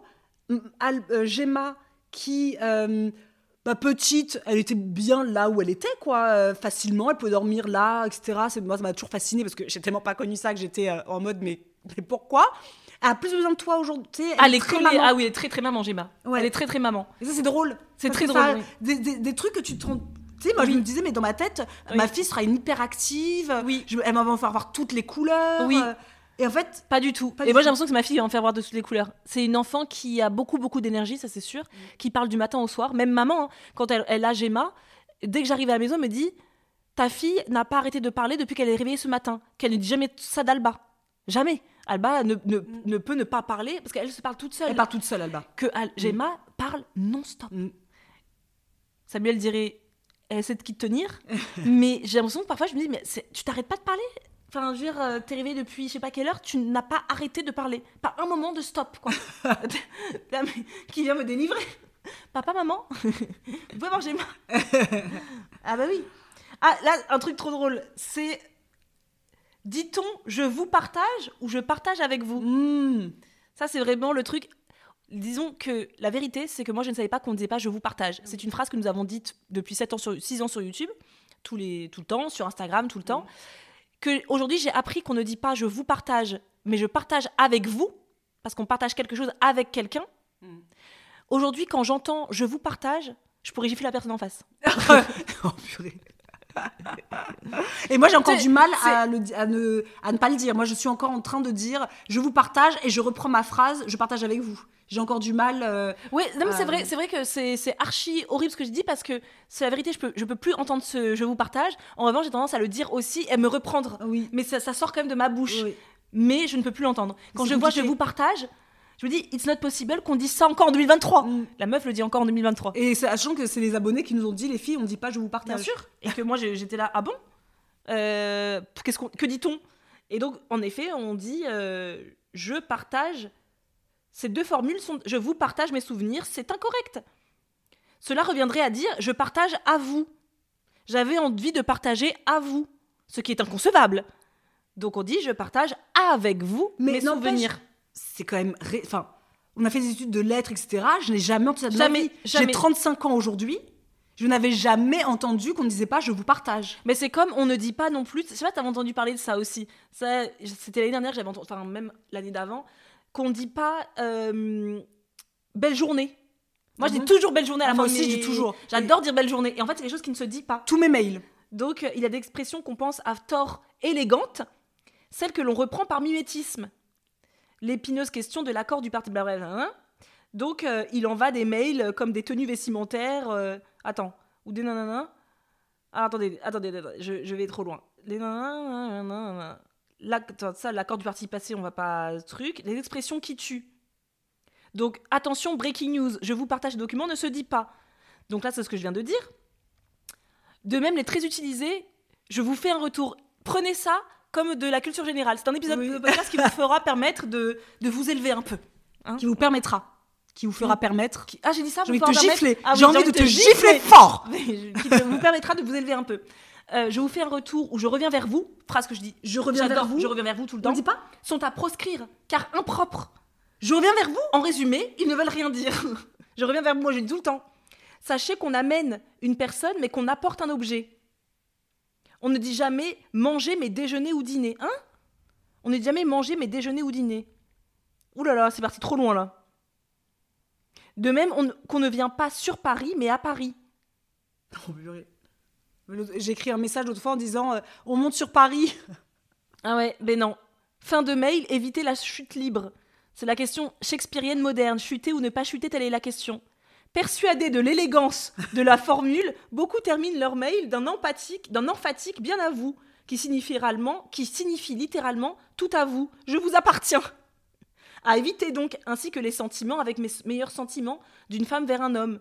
Gemma, qui... petite, elle était bien là où elle était, quoi, facilement, elle pouvait dormir là, etc. Moi, ça m'a toujours fascinée parce que j'ai tellement pas connu ça que j'étais en mode, mais pourquoi ? Elle a plus besoin de toi aujourd'hui. Elle est très maman. Ah oui, elle est très très maman, Gemma. Ouais. Elle est très très maman. Et ça, c'est drôle. C'est très drôle. Des trucs que tu te rends... Tu sais, moi, je me disais, mais dans ma tête, ma fille sera une hyperactive. Oui. Elle va me faire voir toutes les couleurs. Oui. Et en fait, pas du tout. Et moi, j'ai l'impression que c'est ma fille qui va me faire voir de toutes les couleurs. C'est une enfant qui a beaucoup, beaucoup d'énergie, ça c'est sûr, qui parle du matin au soir. Même maman, hein, quand elle a Gemma, dès que j'arrive à la maison, elle me dit « Ta fille n'a pas arrêté de parler depuis qu'elle est réveillée ce matin. » Qu'elle ne dit jamais ça d'Alba. Jamais. Alba ne peut ne pas parler parce qu'elle se parle toute seule. Elle parle toute seule, Alba. Que Gemma parle non-stop. Samuel dirait « Elle essaie de qui te tenir. » Mais j'ai l'impression que parfois, je me dis « Mais tu t'arrêtes pas de parler ?» Enfin, je veux dire, t'es réveillée depuis je sais pas quelle heure, tu n'as pas arrêté de parler. Pas un moment de stop, quoi. Qui vient me délivrer. Papa, maman, vous pouvez voir Gemma. Ah bah oui. Ah, là, un truc trop drôle, c'est... Dit-on, je vous partage ou je partage avec vous Ça, c'est vraiment le truc... Disons que la vérité, c'est que moi, je ne savais pas qu'on ne disait pas « je vous partage ». C'est une phrase que nous avons dite depuis 6 ans sur YouTube, tout le temps, sur Instagram, tout le temps. Qu'aujourd'hui, j'ai appris qu'on ne dit pas « je vous partage », mais « je partage avec vous », parce qu'on partage quelque chose avec quelqu'un. Aujourd'hui, quand j'entends « je vous partage », je pourrais gifler la personne en face. Oh purée. Et moi, j'ai encore du mal à ne pas le dire. Moi, je suis encore en train de dire « je vous partage » et je reprends ma phrase « je partage avec vous ». J'ai encore du mal. Oui, non, mais c'est vrai que c'est archi horrible ce que je dis parce que c'est la vérité. Je peux plus entendre ce je vous partage. En revanche, j'ai tendance à le dire aussi et à me reprendre. Oui. Mais ça sort quand même de ma bouche. Oui. Mais je ne peux plus l'entendre. Quand je compliqué. vois je vous partage, je me dis it's not possible qu'on dise ça encore en 2023. La meuf le dit encore en 2023. Et sachant que c'est les abonnés qui nous ont dit les filles, on dit pas je vous partage. Bien sûr. Et que moi j'étais là, ah bon que dit-on? Et donc en effet, on dit je partage. Ces 2 formules sont « je vous partage mes souvenirs », c'est incorrect. Cela reviendrait à dire « je partage à vous ». J'avais envie de partager à vous, ce qui est inconcevable. Donc on dit « je partage avec vous mes souvenirs ». C'est quand même... Enfin, on a fait des études de lettres, etc. Je n'ai jamais entendu ça de ma vie. J'ai 35 ans aujourd'hui. Je n'avais jamais entendu qu'on ne disait pas « je vous partage ». Mais c'est comme on ne dit pas non plus. Je sais pas, t'avais entendu parler de ça aussi. Ça, c'était l'année dernière que j'avais entendu, enfin même l'année d'avant, qu'on dit pas belle journée. Moi, je dis toujours belle journée à la fin. Moi aussi, je dis toujours. J'adore dire belle journée. Et en fait, c'est quelque chose qui ne se dit pas. Tous mes mails. Donc, il y a des expressions qu'on pense à tort élégantes, celles que l'on reprend par mimétisme. L'épineuse question de l'accord du parti blablabla. Donc, il en va des mails comme des tenues vestimentaires. Ou des nanana. Ah, attendez, je vais trop loin. Les nanana. Ça, l'accord du parti passé, on va pas. Truc. Les expressions qui tuent. Donc, attention, breaking news. Je vous partage le document, ne se dit pas. Donc là, c'est ce que je viens de dire. De même, les très utilisés, je vous fais un retour. Prenez ça comme de la culture générale. C'est un épisode de podcast qui vous fera permettre de vous élever un peu. Qui vous permettra. Qui vous fera permettre. Ah, j'ai dit ça. J'ai envie de te gifler. Ah, oui, j'ai envie de te gifler fort. Qui vous permettra de vous élever un peu. Je vous fais un retour où je reviens vers vous. Phrase que je dis. Je reviens vers vous tout le temps. On ne dit pas. Sont à proscrire, car impropres. Je reviens vers vous. En résumé, ils ne veulent rien dire. Je reviens vers vous, moi je dis tout le temps. Sachez qu'on amène une personne, mais qu'on apporte un objet. On ne dit jamais manger, mais déjeuner ou dîner. Hein ? On ne dit jamais manger, mais déjeuner ou dîner. Ouh là là, c'est parti trop loin là. De même qu'on ne vient pas sur Paris, mais à Paris. Oh, j'ai écrit un message l'autre fois en disant on monte sur Paris. Ah ouais, ben non. Fin de mail, évitez la chute libre. C'est la question shakespearienne moderne. Chuter ou ne pas chuter, telle est la question. Persuadés de l'élégance de la formule, beaucoup terminent leur mail d'un emphatique bien à vous, qui signifie littéralement tout à vous, je vous appartiens. À éviter donc, ainsi que les sentiments avec mes meilleurs sentiments d'une femme vers un homme.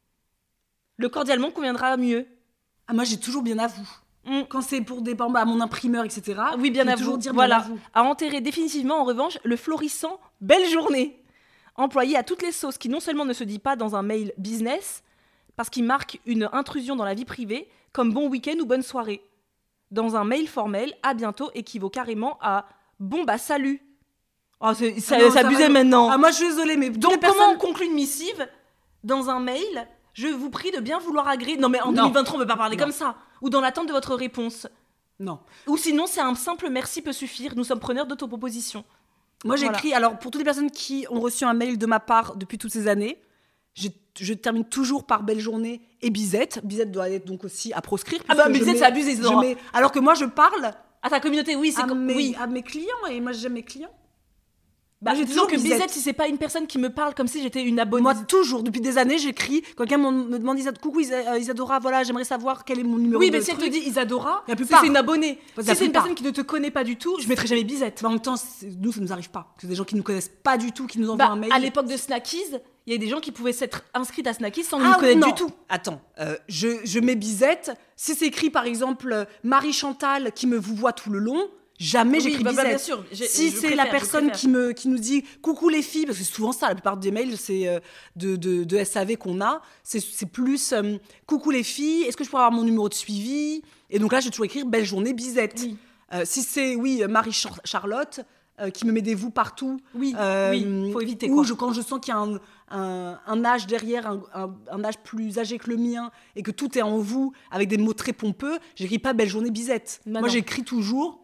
Le cordialement conviendra mieux. Ah, moi j'ai toujours bien à vous. Quand c'est pour des à mon imprimeur, etc. Oui, bien à vous. Dire voilà. Bien à vous. À enterrer définitivement, en revanche, le florissant « belle journée ». Employé à toutes les sauces, qui non seulement ne se dit pas dans un mail business, parce qu'il marque une intrusion dans la vie privée, comme bon week-end ou bonne soirée. Dans un mail formel, à bientôt équivaut carrément à bon bah salut. Oh, ça abusait maintenant. Ah, moi je suis désolée, mais donc comment on conclut une missive dans un mail ? Je vous prie de bien vouloir agréer. Non mais en 2023 on peut pas parler comme ça. Ou dans l'attente de votre réponse. Non. Ou sinon c'est un simple merci peut suffire. Nous sommes preneurs d'autoproposition. Moi j'écris, alors pour toutes les personnes qui ont reçu un mail de ma part depuis toutes ces années, je termine toujours par belle journée et bisette. Bisette doit être donc aussi à proscrire. Ah bah mais bisette c'est abusé. Alors que moi je parle à ta communauté, oui, c'est à mes clients, et moi j'aime mes clients. Bah, j'ai toujours que bisette si c'est pas une personne qui me parle comme si j'étais une abonnée. Moi toujours, depuis des années, j'écris. Quand quelqu'un me demande coucou Isadora, voilà, j'aimerais savoir quel est mon numéro. Oui, mais si elle te dit Isadora, c'est une abonnée. Si c'est une personne qui ne te connaît pas du tout, je mettrai jamais bisette. Mais en même temps, nous ça nous arrive pas. C'est des gens qui nous connaissent pas du tout, qui nous envoient un mail. À l'époque de Snackies, il y a des gens qui pouvaient s'être inscrits à Snackies sans nous connaître du tout. Attends, je mets bisette. Si c'est écrit par exemple Marie Chantal qui me vous voit tout le long. Jamais j'écris bisette. Bien sûr. Si c'est la personne qui nous dit coucou les filles, parce que c'est souvent ça, la plupart des mails c'est de SAV qu'on a, c'est plus coucou les filles, est-ce que je pourrais avoir mon numéro de suivi ? Et donc là, je vais toujours écrire belle journée bisette. Oui. Si c'est Marie Charlotte qui me met des vous partout, oui, faut éviter ou quand je sens qu'il y a un âge derrière, un âge plus âgé que le mien, et que tout est en vous avec des mots très pompeux, j'écris pas belle journée bisette. Moi, j'écris toujours.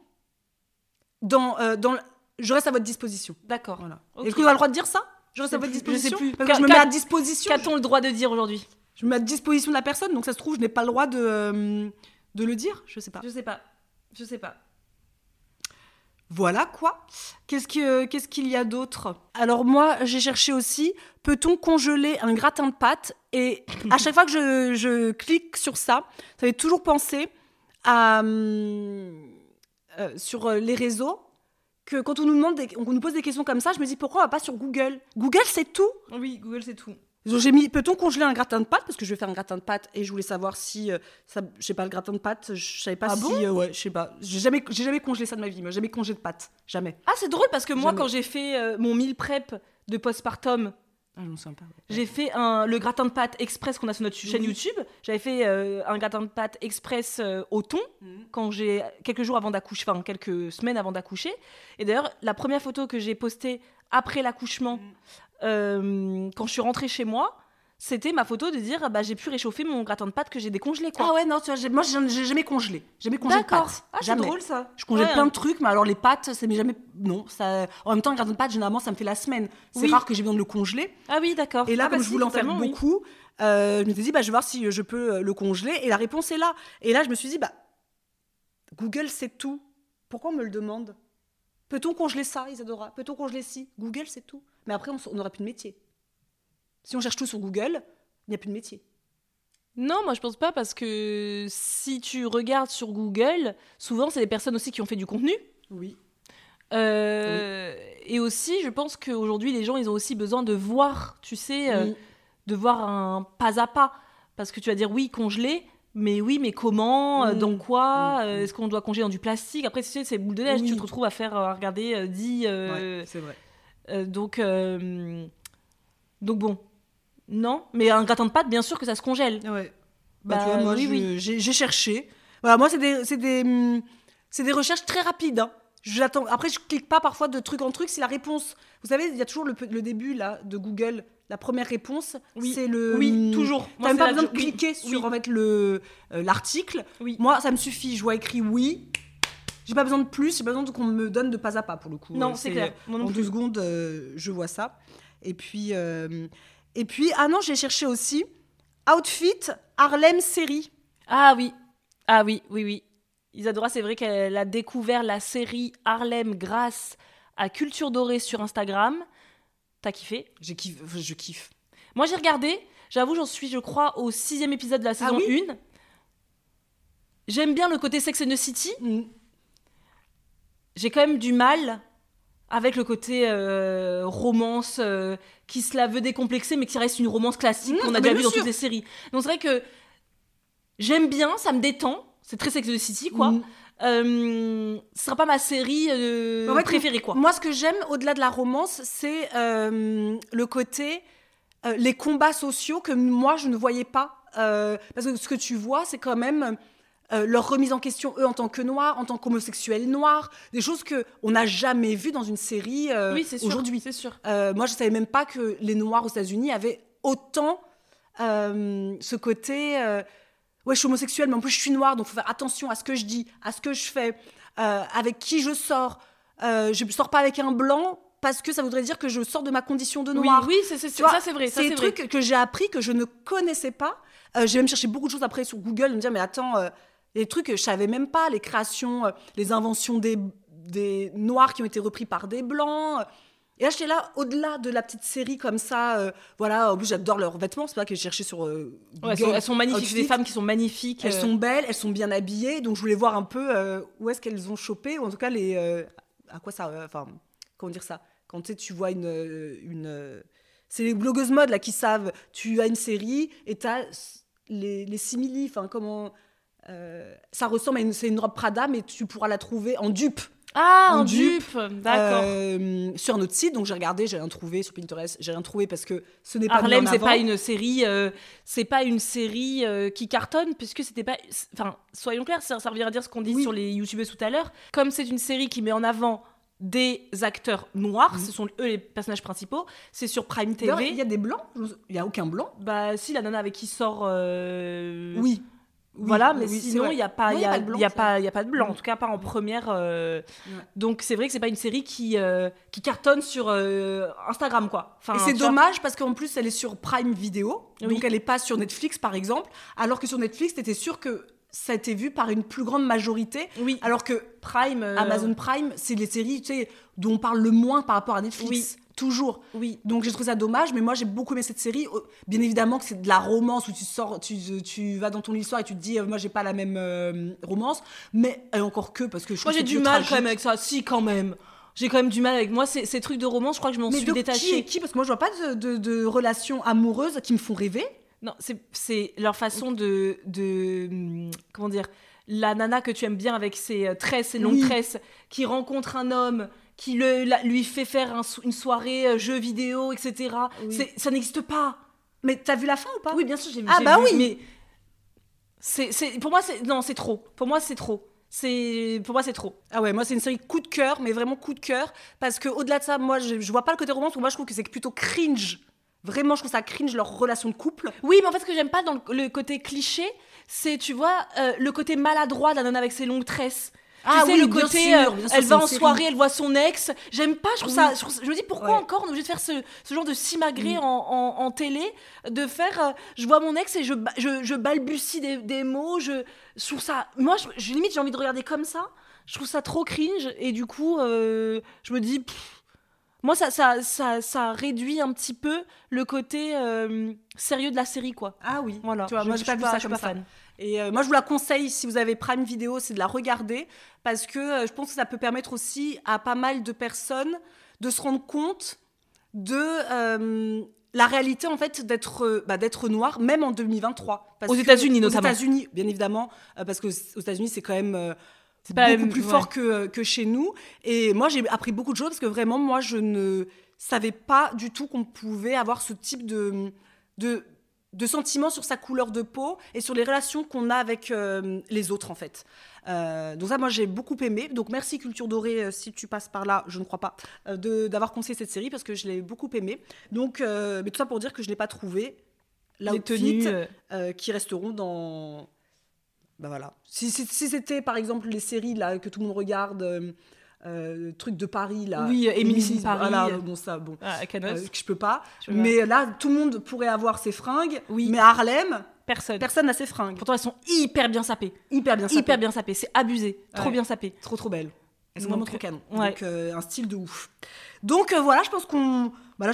Je reste à votre disposition. D'accord. Voilà. Okay. Est-ce qu'on a le droit de dire ça ? Je reste à votre disposition. Je sais plus. Parce que je me mets à disposition. Qu'a-t-on le droit de dire aujourd'hui ? Je me mets à disposition de la personne, donc ça se trouve, je n'ai pas le droit de le dire. Je sais pas. Je sais pas. Voilà quoi. Qu'est-ce qu'il y a d'autre ? Alors moi, j'ai cherché aussi, peut-on congeler un gratin de pâtes ? Et à chaque fois que je clique sur ça, ça fait toujours penser à... sur les réseaux, que quand on nous pose des questions comme ça, je me dis pourquoi on va pas sur Google ? Google c'est tout. Oui, Google c'est tout. Donc j'ai mis peut-on congeler un gratin de pâtes, parce que je vais faire un gratin de pâtes et je voulais savoir si je sais pas, le gratin de pâtes, je savais pas ouais, je sais pas. J'ai jamais congelé ça de ma vie, moi, jamais congelé de pâtes, jamais. Ah, c'est drôle parce que moi quand j'ai fait mon meal prep de postpartum, je me souviens pas. J'ai fait le gratin de pâtes express qu'on a sur notre chaîne YouTube. J'avais fait un gratin de pâtes express au thon quand j'ai quelques semaines avant d'accoucher. Et d'ailleurs, la première photo que j'ai postée après l'accouchement, quand je suis rentrée chez moi, c'était ma photo de dire j'ai pu réchauffer mon gratin de pâtes que j'ai décongelé, quoi. Ah ouais, non, tu vois, moi j'ai jamais congelé. Jamais congelé de D'accord. pâtes. Ah, c'est Jamais. drôle ça. Je congèle Ouais. plein de trucs, mais alors les pâtes, c'est mais jamais. Non, ça. En même temps, un gratin de pâtes, généralement, ça me fait la semaine. C'est Oui. rare que j'ai besoin de le congeler. Ah oui, d'accord. Et là, Ah, comme bah je si, voulais en faire totalement, oui. beaucoup, je me suis dit, je vais voir si je peux le congeler. Et la réponse est là. Et là, je me suis dit, Google, c'est tout. Pourquoi on me le demande? Peut-on congeler ça, Isadora? Peut-on congeler ci? Google, c'est tout. Mais après, on n'aura plus de métier. Si on cherche tout sur Google, il n'y a plus de métier. Non, moi je pense pas, parce que si tu regardes sur Google, souvent c'est des personnes aussi qui ont fait du contenu. Oui. Et aussi, je pense qu'aujourd'hui, les gens, ils ont aussi besoin de voir, tu sais, Oui. de voir un pas à pas. Parce que tu vas dire, oui, congelé, mais oui, mais comment, dans quoi, est-ce qu'on doit congeler dans du plastique? Après, tu sais, c'est boule de neige, Oui. tu te retrouves à faire, à regarder, Ouais, c'est vrai. donc bon, non. Mais un gratin de pâtes, bien sûr que ça se congèle. Ouais. Bah, Tu vois, moi, oui. j'ai cherché. Voilà, moi, c'est des recherches très rapides. Hein. J'attends. Après, je clique pas parfois de truc en truc. C'est la réponse. Vous savez, il y a toujours le début là de Google. La première réponse, Oui. c'est le. Oui, toujours. T'as Moi, même c'est pas là besoin de que je- oui. cliquer sur Oui. en fait l'article. Oui. Moi, ça me suffit. Je vois écrit oui. J'ai pas besoin de plus. J'ai pas besoin qu'on me donne de pas à pas pour le coup. Non, c'est clair. Moi non En plus. 2 secondes, je vois ça. Et puis, ah non, j'ai cherché aussi outfit Harlem série. Ah oui. Ah oui, oui, oui. Isadora, c'est vrai qu'elle a découvert la série Harlem grâce à Culture Dorée sur Instagram. T'as kiffé? Je kiffe. Moi, j'ai regardé. J'avoue, j'en suis, je crois, au 6e épisode de la saison oui 1. J'aime bien le côté Sex and the City. J'ai quand même du mal avec le côté romance qui se la veut décomplexer, mais qui reste une romance classique qu'on a mais déjà bien vu dans sûr. toutes les séries. Donc c'est vrai que j'aime bien, ça me détend. C'est très Sex and the City, quoi. Ce sera pas ma série En fait, préférée, quoi. Moi, ce que j'aime, au-delà de la romance, c'est le côté, les combats sociaux que moi, je ne voyais pas. Parce que ce que tu vois, c'est quand même leur remise en question, eux, en tant que noirs, en tant qu'homosexuels noirs, des choses qu'on n'a jamais vues dans une série Oui, c'est sûr. aujourd'hui. C'est sûr. Moi, je savais même pas que les noirs aux États-Unis avaient autant ce côté... ouais, je suis homosexuelle, mais en plus, je suis noire, donc il faut faire attention à ce que je dis, à ce que je fais, avec qui je sors. Je ne sors pas avec un blanc parce que ça voudrait dire que je sors de ma condition de noir. Oui, c'est Tu vois, ça, c'est vrai. Ça, c'est c'est des vrai. trucs que j'ai appris, que je ne connaissais pas. J'ai même cherché beaucoup de choses après sur Google, de me dire, mais attends, les trucs que je savais même pas, les créations, les inventions des noirs qui ont été repris par des blancs. Et là, j'étais là, au-delà de la petite série comme ça, voilà, en plus j'adore leurs vêtements, c'est pas que j'ai cherché sur Google. Ouais, elles sont magnifiques, outfit. des femmes qui sont magnifiques. Elles sont belles, elles sont bien habillées, donc je voulais voir un peu où est-ce qu'elles ont chopé, ou en tout cas, à quoi ça... Enfin, comment dire ça? Quand tu vois c'est les blogueuses mode là qui savent, tu as une série et tu as les simili, enfin comment... ça ressemble à c'est une robe Prada, mais tu pourras la trouver en dupe. Ah, en en dupe, dupe. D'accord. Sur notre site, donc j'ai regardé, j'ai rien trouvé sur Pinterest, j'ai rien trouvé parce que ce n'est pas mis Harlem, en c'est avant. pas une série qui cartonne, puisque c'était pas. Enfin, soyons clairs, ça revient à dire ce qu'on dit Oui. sur les youtubeuses tout à l'heure. Comme c'est une série qui met en avant des acteurs noirs, ce sont eux les personnages principaux, c'est sur Prime D'ailleurs, TV. il y a des blancs, il y a aucun blanc. Bah, si, la nana avec qui sort. Oui. Voilà, mais oui, c'est sinon, vrai. il n'y a pas Non, il y a, pas de blanc, y a ça. pas- y a pas de blanc, en tout cas pas en première. Donc, c'est vrai que c'est pas une série qui cartonne sur Instagram, quoi. Enfin, Et c'est tu vois. dommage parce qu'en plus elle est sur Prime Video, Oui. donc elle est pas sur Netflix par exemple, alors que sur Netflix t'étais sûr que ça a été vu par une plus grande majorité, Oui, alors que Prime. Amazon Prime c'est les séries tu sais, dont on parle le moins par rapport à Netflix, toujours. Oui. Donc j'ai trouvé ça dommage, mais moi j'ai beaucoup aimé cette série. Bien évidemment que c'est de la romance où tu sors, tu vas dans ton histoire et tu te dis moi j'ai pas la même romance, mais encore que parce que je Moi, trouve j'ai que c'est du plus mal tragique. quand même avec ça. Si, quand même. J'ai quand même du mal avec moi. Ces trucs de romance, je crois que je m'en Mais suis de détachée. qui Parce que moi je vois pas de relations amoureuses qui me font rêver. Non, c'est leur façon de. Comment dire? La nana que tu aimes bien avec ses tresses, ses longues Oui. tresses, qui rencontre un homme, qui lui fait faire une soirée jeux vidéo, etc. Oui. Ça n'existe pas. Mais t'as vu la fin ou pas? Oui, bien sûr, j'ai vu. Ah j'ai bah vu, oui. Mais pour moi, c'est trop. Pour moi, c'est trop. Pour moi, c'est trop. Ah ouais, moi c'est une série coup de cœur, mais vraiment coup de cœur, parce que au-delà de ça, moi je vois pas le côté romance, moi je trouve que c'est plutôt cringe Vraiment, je trouve ça cringe, leur relation de couple. Oui, mais en fait, ce que j'aime pas dans le côté cliché, c'est, tu vois, le côté maladroit de la nana avec ses longues tresses. Ah tu sais, oui, le bien côté, sûr, bien sûr, elle c'est va une en série. soirée, elle voit son ex. J'aime pas, je me dis pourquoi Ouais. encore on est obligé de faire ce genre de simagrée en télé, de faire, je vois mon ex et je balbutie des mots, je trouve ça, moi, limite, j'ai envie de regarder comme ça, je trouve ça trop cringe, et du coup, je me dis, moi, ça réduit un petit peu le côté sérieux de la série, quoi. Ah oui, Voilà, tu vois, moi j'ai pas vu ça comme ça. fan. Et moi je vous la conseille, si vous avez Prime Video, c'est de la regarder, parce que je pense que ça peut permettre aussi à pas mal de personnes de se rendre compte de la réalité en fait d'être noir, même en 2023. Aux États-Unis notamment. Aux États-Unis, bien évidemment, parce que aux États-Unis c'est quand même C'est pas la beaucoup même- plus ouais. fort que chez nous. Et moi j'ai appris beaucoup de choses, parce que vraiment moi je ne savais pas du tout qu'on pouvait avoir ce type de sentiments sur sa couleur de peau et sur les relations qu'on a avec les autres en fait. Donc ça, moi j'ai beaucoup aimé. Donc merci Culture Dorée, si tu passes par là, je ne crois pas, d'avoir conseillé cette série, parce que je l'ai beaucoup aimé. Donc, mais tout ça pour dire que je n'ai pas trouvé Les l'outfit tenues. qui resteront dans... Ben voilà. Si c'était par exemple les séries là, que tout le monde regarde, truc de Paris là. Oui, Emily in Paris. Voilà, bon ça, bon. À Canos. Que je peux pas. Je peux pas. Mais là, tout le monde pourrait avoir ses fringues. Oui. Mais à Harlem, Personne. personne n'a ses fringues. Pourtant, elles sont hyper bien sapées. Hyper bien sapées. Hyper bien sapées. C'est abusé. Trop Ouais. bien sapées. Trop belles. Elles sont Donc, vraiment trop canon. ouais. Donc un style de ouf. Donc voilà, je pense qu'on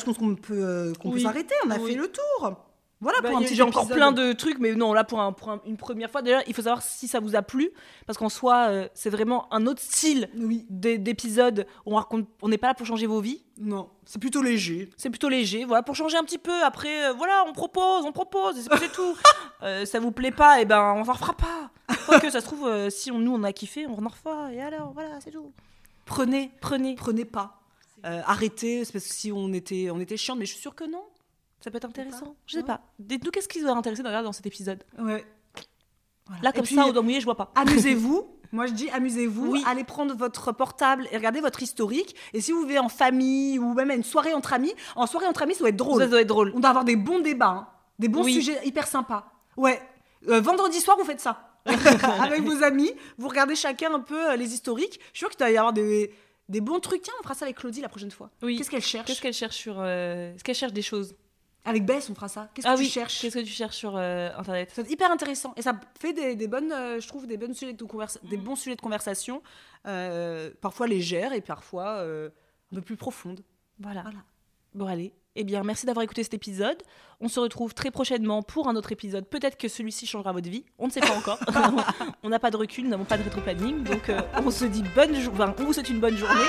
peut Oui. s'arrêter. On a Oui. fait le tour. Voilà pour un petit J'ai encore épisode. plein de trucs, mais non, là, pour une première fois, déjà, il faut savoir si ça vous a plu, parce qu'en soi, c'est vraiment un autre style Oui. d'épisode. On n'est pas là pour changer vos vies. Non, c'est plutôt léger. C'est plutôt léger, voilà, pour changer un petit peu. Après, voilà, on propose, et c'est tout. Ça vous plaît pas, et ben, on s'en refera pas. Quoique, ça se trouve, si nous, on a kiffé, on en refera, et alors, voilà, c'est tout. Prenez Prenez. pas. Arrêtez, c'est parce que si on était chiante, mais je suis sûre que non. Ça peut être intéressant. Je sais Ouais. pas. Dites-nous qu'est-ce qui vous a intéressé de regarder dans cet épisode. Ouais. Voilà. Là, comme Et puis, ça, au doigt mouillé, je vois pas. amusez-vous. Moi, je dis amusez-vous. Oui. Allez prendre votre portable et regardez votre historique. Et si vous vivez en famille ou même à une soirée entre amis, en soirée entre amis, ça doit être drôle. Ça doit être drôle. On doit avoir des bons débats, hein. Des bons Oui. sujets hyper sympas. Ouais. Vendredi soir, vous faites ça. Avec vos amis. Vous regardez chacun un peu les historiques. Je suis sûre qu'il doit y avoir des bons trucs. Tiens, on fera ça avec Claudie la prochaine fois. Oui. Qu'est-ce qu'elle cherche Qu'est-ce qu'elle cherche sur. Est-ce qu'elle cherche des choses? Avec Bess, on fera ça. Qu'est-ce que tu cherches Qu'est-ce que tu cherches sur Internet? C'est hyper intéressant et ça fait des bonnes, je trouve, des bons sujets de conversation, parfois légères et parfois un peu plus profondes. Voilà. Voilà. Bon, allez. Eh bien, merci d'avoir écouté cet épisode. On se retrouve très prochainement pour un autre épisode. Peut-être que celui-ci changera votre vie. On ne sait pas encore. On n'a pas de recul, nous n'avons pas de rétro-planning. Donc, on se dit on vous souhaite une bonne journée.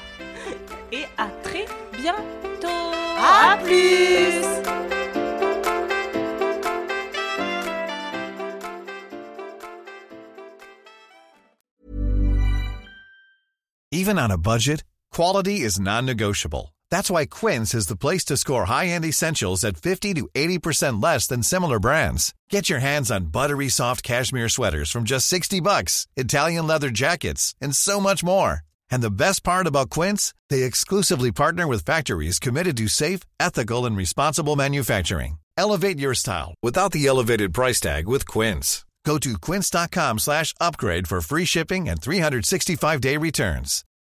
Et à très bientôt. À plus. Even on a budget, quality is non-negotiable. That's why Quince is the place to score high-end essentials at 50 to 80% less than similar brands. Get your hands on buttery soft cashmere sweaters from just $60, Italian leather jackets, and so much more. And the best part about Quince, they exclusively partner with factories committed to safe, ethical, and responsible manufacturing. Elevate your style without the elevated price tag with Quince. Go to quince.com/upgrade for free shipping and 365-day returns.